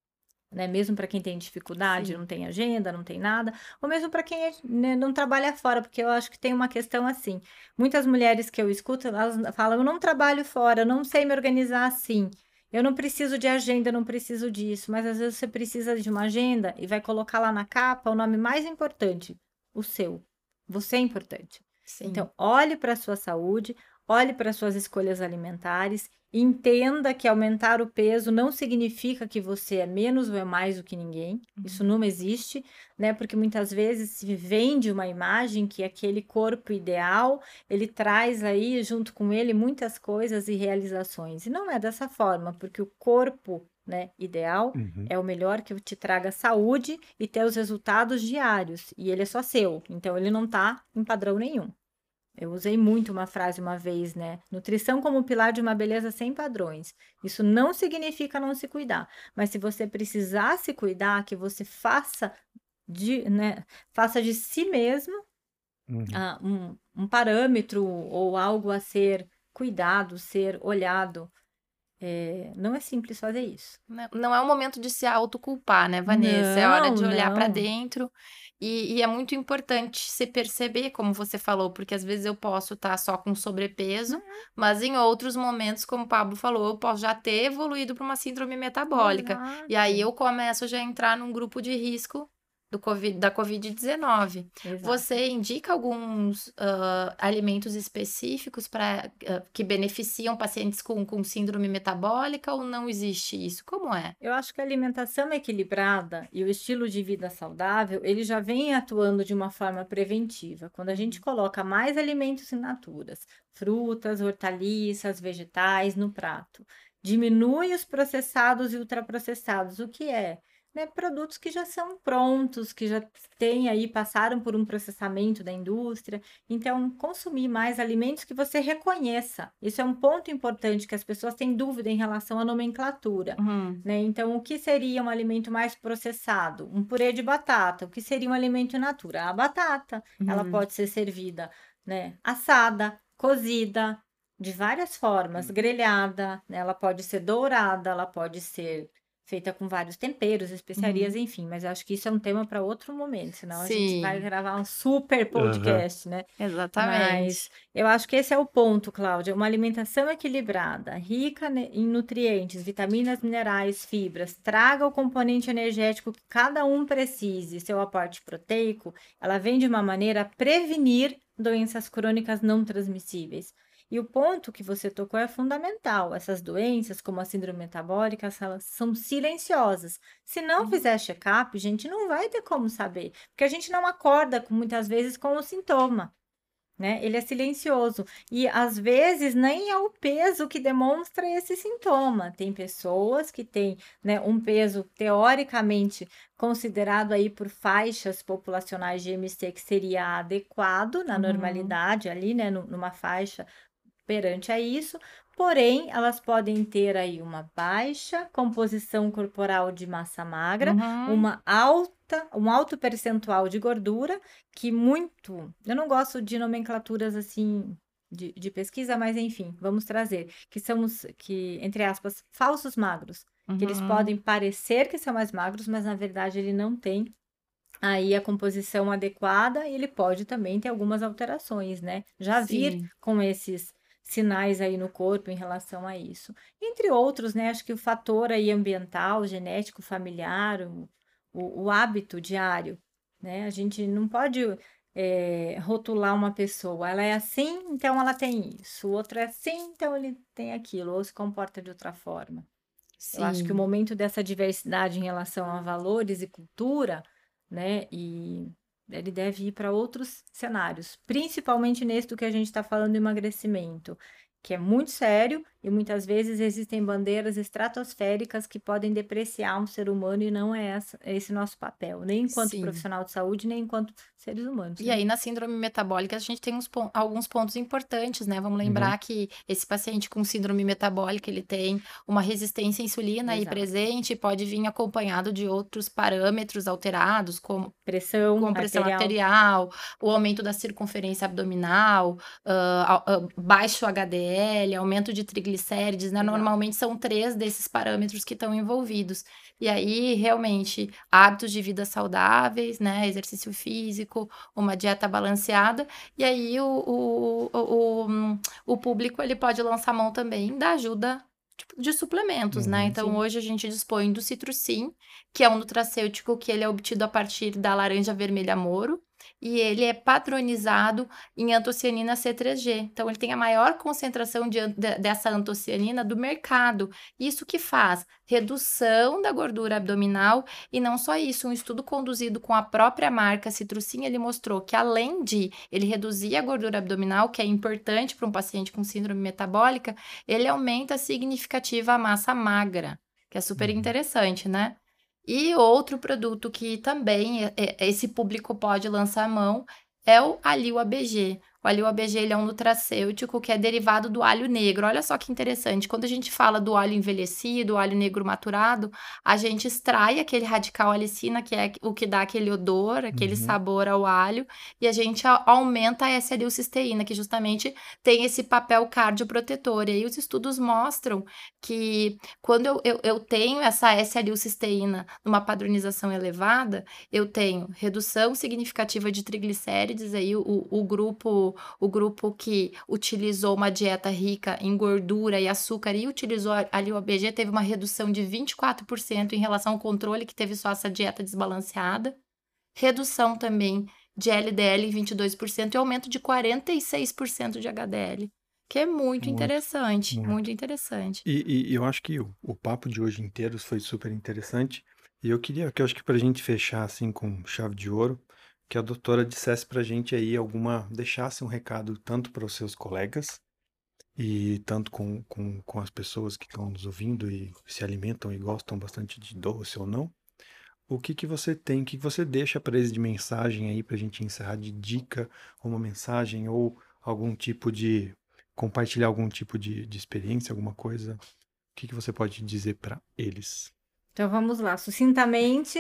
né? Mesmo para quem tem dificuldade, Sim. não tem agenda, não tem nada, ou mesmo para quem, né, não trabalha fora, porque eu acho que tem uma questão assim. Muitas mulheres que eu escuto, elas falam: eu não trabalho fora, eu não sei me organizar assim. Eu não preciso de agenda, eu não preciso disso, mas às vezes você precisa de uma agenda e vai colocar lá na capa o nome mais importante, o seu. Você é importante. Sim. Então, olhe para a sua saúde, olhe para as suas escolhas alimentares, entenda que aumentar o peso não significa que você é menos ou é mais do que ninguém. Isso Uhum. não existe, né? Porque muitas vezes se vende uma imagem que aquele corpo ideal, ele traz aí junto com ele muitas coisas e realizações. E não é dessa forma, porque o corpo, né, ideal Uhum. é o melhor que te traga saúde e ter os resultados diários. E ele é só seu, então ele não tá em padrão nenhum. Eu usei muito uma frase uma vez, né? Nutrição como pilar de uma beleza sem padrões. Isso não significa não se cuidar, mas se você precisar se cuidar, que você faça de, né, faça de si mesmo Uhum. ah, um, um parâmetro ou algo a ser cuidado, ser olhado. É, não é simples fazer isso. Não, não é o momento de se autoculpar, né, Vanessa? É hora Não, de olhar para não. dentro e, e é muito importante se perceber, como você falou, porque às vezes eu posso estar só com sobrepeso, mas em outros momentos, como o Pablo falou, eu posso já ter evoluído para uma síndrome metabólica. E aí Exato. eu começo já a entrar num grupo de risco do COVID, da covid dezenove. Exato. Você indica alguns ah, alimentos específicos para que beneficiam pacientes com, com síndrome metabólica ou não existe isso? Como é? Eu acho que a alimentação equilibrada e o estilo de vida saudável, ele já vem atuando de uma forma preventiva. Quando a gente coloca mais alimentos in naturas, frutas, hortaliças, vegetais no prato, diminui os processados e ultraprocessados, o que é? Né, produtos que já são prontos, que já têm aí, passaram por um processamento da indústria. Então, consumir mais alimentos que você reconheça. Isso é um ponto importante que as pessoas têm dúvida em relação à nomenclatura. Uhum. Né? Então, o que seria um alimento mais processado? Um purê de batata. O que seria um alimento in natura? A batata. Ela Uhum. pode ser servida, né, assada, cozida, de várias formas, grelhada, né? Ela pode ser dourada, ela pode ser feita com vários temperos, especiarias, Uhum. enfim. Mas eu acho que isso é um tema para outro momento, senão a gente vai Sim, gravar um super Aham. podcast, né? Mas exatamente. eu acho que esse é o ponto, Cláudia. Uma alimentação equilibrada, rica ne- em nutrientes, vitaminas, minerais, fibras, traga o componente energético que cada um precise, seu aporte proteico, ela vem de uma maneira a prevenir doenças crônicas não transmissíveis. E o ponto que você tocou é fundamental. Essas doenças, como a síndrome metabólica, elas são silenciosas. Se não Uhum. fizer check-up, gente, não vai ter como saber, porque a gente não acorda com- muitas vezes com o sintoma. Né? Ele é silencioso e às vezes nem é o peso que demonstra esse sintoma. Tem pessoas que têm, né, um peso teoricamente considerado aí por faixas populacionais de M C que seria adequado na Uhum. normalidade ali, né, nu- numa faixa perante a isso, porém elas podem ter aí uma baixa composição corporal de massa magra, Uhum. uma alta, um alto percentual de gordura, que muito, eu não gosto de nomenclaturas assim de, de pesquisa, mas enfim, vamos trazer, que são os, que, entre aspas, falsos magros, que eles Uhum. podem parecer que são mais magros, mas na verdade ele não tem aí a composição adequada e ele pode também ter algumas alterações, né? Já vir Sim. com esses sinais aí no corpo em relação a isso. Entre outros, né? Acho que o fator aí ambiental, genético, familiar, o, o, o hábito diário, né? A gente não pode eh, rotular uma pessoa. Ela é assim, então ela tem isso. O outro é assim, então ele tem aquilo, ou se comporta de outra forma. Eu acho que o Sim. momento dessa diversidade em relação a valores e cultura, né, e ele deve ir para outros cenários, principalmente nesse do que a gente está falando, emagrecimento, que é muito sério e muitas vezes existem bandeiras estratosféricas que podem depreciar um ser humano e não é essa, é esse nosso papel, nem enquanto Sim. profissional de saúde, nem enquanto seres humanos, E né? aí, na síndrome metabólica, a gente tem uns pon- alguns pontos importantes, né? Vamos Uhum. lembrar que esse paciente com síndrome metabólica, ele tem uma resistência à insulina aí Exato. presente, e pode vir acompanhado de outros parâmetros alterados, como Pressão com pressão arterial. arterial, o aumento da circunferência abdominal, ah, ah, baixo H D L, aumento de triglicérides, né? Exato. Normalmente são três desses parâmetros que estão envolvidos. E aí, realmente, hábitos de vida saudáveis, né? Exercício físico, uma dieta balanceada. E aí, o, o, o, o, o público, ele pode lançar mão também da ajuda tipo, de suplementos, né? Uhum. Então, Sim. hoje a gente dispõe do Citrussim, que é um nutracêutico que ele é obtido a partir da laranja vermelha Moro, e ele é padronizado em antocianina C três G. Então, ele tem a maior concentração de, an- de- dessa antocianina do mercado. Isso que faz redução da gordura abdominal e não só isso, um estudo conduzido com a própria marca Citrussim, ele mostrou que além de ele reduzir a gordura abdominal, que é importante para um paciente com síndrome metabólica, ele aumenta significativa a massa magra, que é super Uhum. interessante, né? E outro produto que também é- é- esse público pode lançar mão é o Alil A B G. O alho A B G ele é um nutracêutico que é derivado do alho negro. Olha só que interessante. Quando a gente fala do alho envelhecido, o alho negro maturado, a gente extrai aquele radical alicina, que é o que dá aquele odor, aquele Uhum. sabor ao alho, e a gente a- aumenta a S-alilcisteína, que justamente tem esse papel cardioprotetor. E aí os estudos mostram que quando eu, eu, eu tenho essa S-alilcisteína numa padronização elevada, eu tenho redução significativa de triglicérides, aí o, o grupo o grupo que utilizou uma dieta rica em gordura e açúcar e utilizou a- ali o A B G teve uma redução de vinte e quatro por cento em relação ao controle que teve só essa dieta desbalanceada. Redução também de L D L em vinte e dois por cento e aumento de quarenta e seis por cento de H D L, que é muito Muito, interessante, muito. muito interessante. E, e- e eu acho que o, o papo de hoje inteiro foi super interessante. E eu queria que eu acho que para a gente fechar assim com chave de ouro, que a doutora dissesse para a gente aí alguma, deixasse um recado tanto para os seus colegas e tanto com, com, com as pessoas que estão nos ouvindo e se alimentam e gostam bastante de doce ou não. O que que você tem, o que que você deixa para eles de mensagem aí para a gente encerrar de dica, uma mensagem ou algum tipo de compartilhar algum tipo de, de experiência, alguma coisa? O que que você pode dizer para eles? Então vamos lá, sucintamente,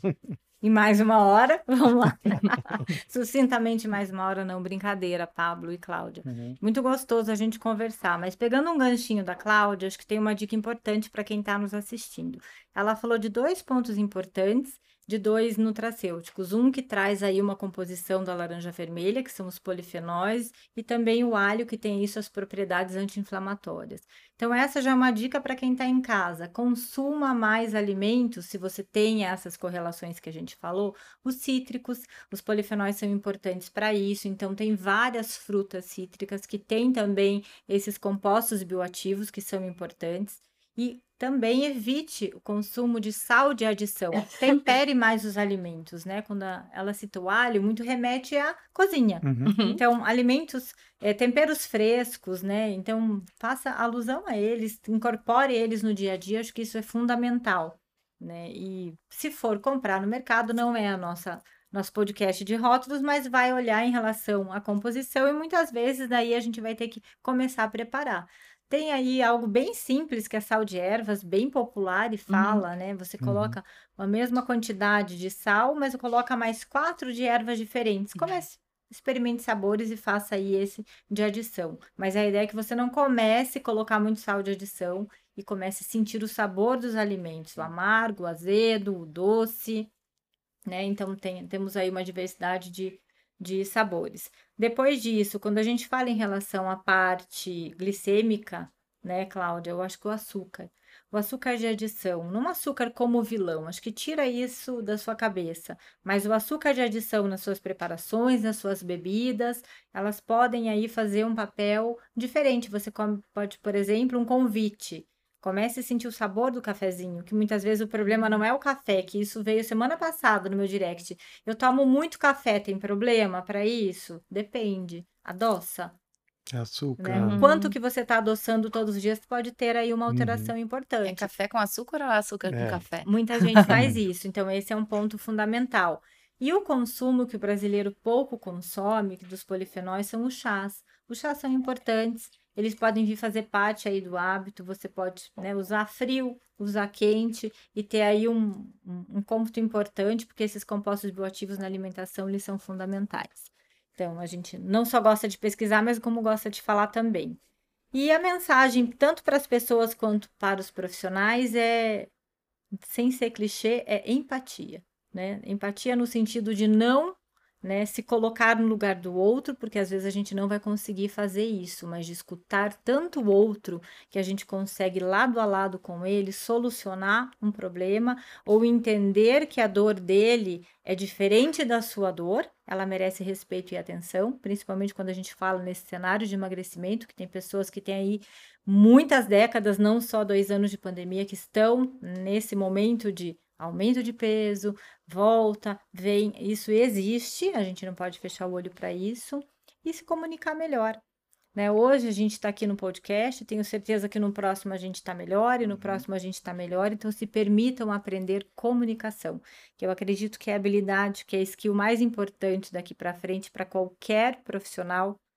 em mais uma hora, vamos lá. Sucintamente mais uma hora, não, brincadeira, Pablo e Cláudia. Uhum. Muito gostoso a gente conversar, mas pegando um ganchinho da Cláudia, acho que tem uma dica importante para quem está nos assistindo. Ela falou de dois pontos importantes, de dois nutracêuticos. Um que traz aí uma composição da laranja vermelha, que são os polifenóis, e também o alho, que tem isso, as propriedades anti-inflamatórias. Então, essa já é uma dica para quem está em casa. Consuma mais alimentos, se você tem essas correlações que a gente falou, os cítricos, os polifenóis são importantes para isso, então tem várias frutas cítricas que têm também esses compostos bioativos que são importantes. E também evite o consumo de sal de adição. Tempere mais os alimentos, né? Quando a- ela cita o alho, muito remete à cozinha. Uhum. Uhum. Então, alimentos, eh, temperos frescos, né? Então, faça alusão a eles, incorpore eles no dia a dia, acho que isso é fundamental, né? E se for comprar no mercado, não é a nossa nosso podcast de rótulos, mas vai olhar em relação à composição e muitas vezes daí a gente vai ter que começar a preparar. Tem aí algo bem simples que é sal de ervas, bem popular e fala, né? Você Uhum. coloca a mesma quantidade de sal, mas coloca mais quatro de ervas diferentes. Comece, experimente sabores e faça aí esse de adição. Mas a ideia é que você não comece a colocar muito sal de adição e comece a sentir o sabor dos alimentos, o amargo, o azedo, o doce, né? Então tem, temos aí uma diversidade de, de sabores. Depois disso, quando a gente fala em relação à parte glicêmica, né, Cláudia, eu acho que o açúcar. O açúcar de adição, não o açúcar como vilão, acho que tira isso da sua cabeça, mas o açúcar de adição nas suas preparações, nas suas bebidas, elas podem aí fazer um papel diferente. Você come- pode, por exemplo, um convite. Comece a sentir o sabor do cafezinho, que muitas vezes o problema não é o café, que isso veio semana passada no meu direct. Eu tomo muito café, tem problema para isso? Depende. Adoça, né? Açúcar. O Uhum. quanto que você está adoçando todos os dias pode ter aí uma Uhum. alteração É importante. café com açúcar ou açúcar com É. café? Muita gente faz Uhum. isso, então esse é um ponto fundamental. E o consumo que o brasileiro pouco consome dos polifenóis são os chás. Os chás são importantes, eles podem vir fazer parte aí do hábito, você pode, né, usar frio, usar quente e ter aí um, um, um cômputo importante, porque esses compostos bioativos na alimentação, eles são fundamentais. Então, a gente não só gosta de pesquisar, mas como gosta de falar também. E a mensagem, tanto para as pessoas quanto para os profissionais, é sem ser clichê, é empatia, né? Empatia no sentido de não, né, se colocar no lugar do outro, porque às vezes a gente não vai conseguir fazer isso, mas de escutar tanto o outro que a gente consegue lado a lado com ele solucionar um problema ou entender que a dor dele é diferente da sua dor, ela merece respeito e atenção, principalmente quando a gente fala nesse cenário de emagrecimento, que tem pessoas que têm aí muitas décadas, não só dois anos de pandemia, que estão nesse momento de aumento de peso, volta, vem, isso existe, a gente não pode fechar o olho para isso, e se comunicar melhor. Né? Hoje a gente está aqui no podcast, tenho certeza que no próximo a gente está melhor, e no Uhum. próximo a gente está melhor, então se permitam aprender comunicação, que eu acredito que é a habilidade, que é a skill mais importante daqui para frente para qualquer profissional,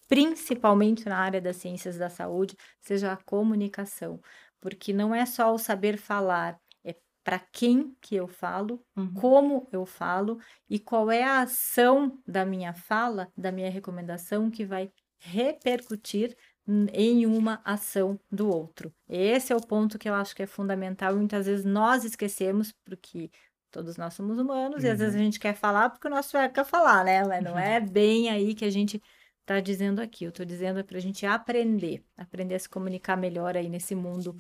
principalmente na área das ciências da saúde, seja a comunicação. Porque não é só o saber falar, é para quem que eu falo, Uhum. como eu falo e qual é a ação da minha fala, da minha recomendação que vai repercutir n- em uma ação do outro. Esse é o ponto que eu acho que é fundamental e muitas vezes nós esquecemos, porque todos nós somos humanos e às vezes a Uhum. gente quer falar porque o nosso ego quer falar, né? Mas não é bem aí que a gente tá dizendo aqui. Eu tô dizendo é pra gente aprender, aprender a se comunicar melhor aí nesse mundo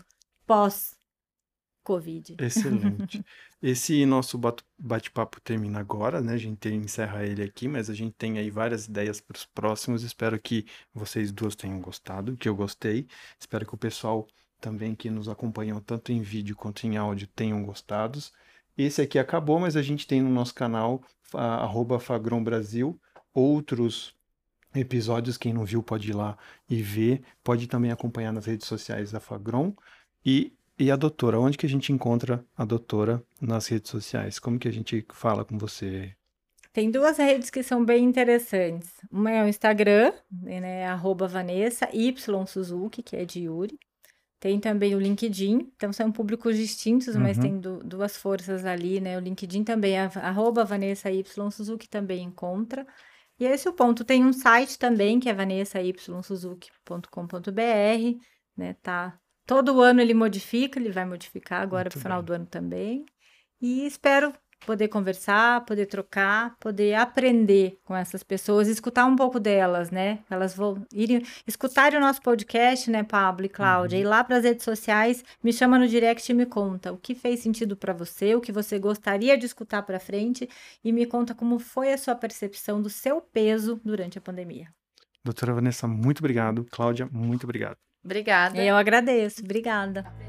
pós-Covid. Excelente. Esse nosso bate- bate-papo termina agora, né? A gente tem- encerra ele aqui, mas a gente tem aí várias ideias para os próximos. Espero que vocês duas tenham gostado, que eu gostei. Espero que o pessoal também que nos acompanham tanto em vídeo quanto em áudio tenham gostado. Esse aqui acabou, mas a gente tem no nosso canal, fa- arroba Fagron Brasil, outros episódios. Quem não viu pode ir lá e ver. Pode também acompanhar nas redes sociais da Fagron. E, e a doutora, onde que a gente encontra a doutora nas redes sociais? Como que a gente fala com você? Tem duas redes que são bem interessantes. Uma é o Instagram, né, arroba Vanessa Y Suzuki, que é de Yuri. Tem também o LinkedIn, então são públicos distintos, mas Uhum. tem du- duas forças ali, né? O LinkedIn também, é arroba Vanessa Y Suzuki também encontra. E esse é o ponto. Tem um site também, que é vanessa y suzuki ponto com ponto b r, né? Tá. Todo ano ele modifica, ele vai modificar agora Muito para o final bem. do ano também. E espero poder conversar, poder trocar, poder aprender com essas pessoas, escutar um pouco delas, né? Elas vão irem escutarem o nosso podcast, né, Pablo e Cláudia, Uhum. ir lá para as redes sociais, me chama no direct e me conta o que fez sentido para você, o que você gostaria de escutar para frente e me conta como foi a sua percepção do seu peso durante a pandemia. Doutora Vanessa, muito obrigado. Cláudia, muito obrigado. Obrigada. Eu agradeço, obrigada.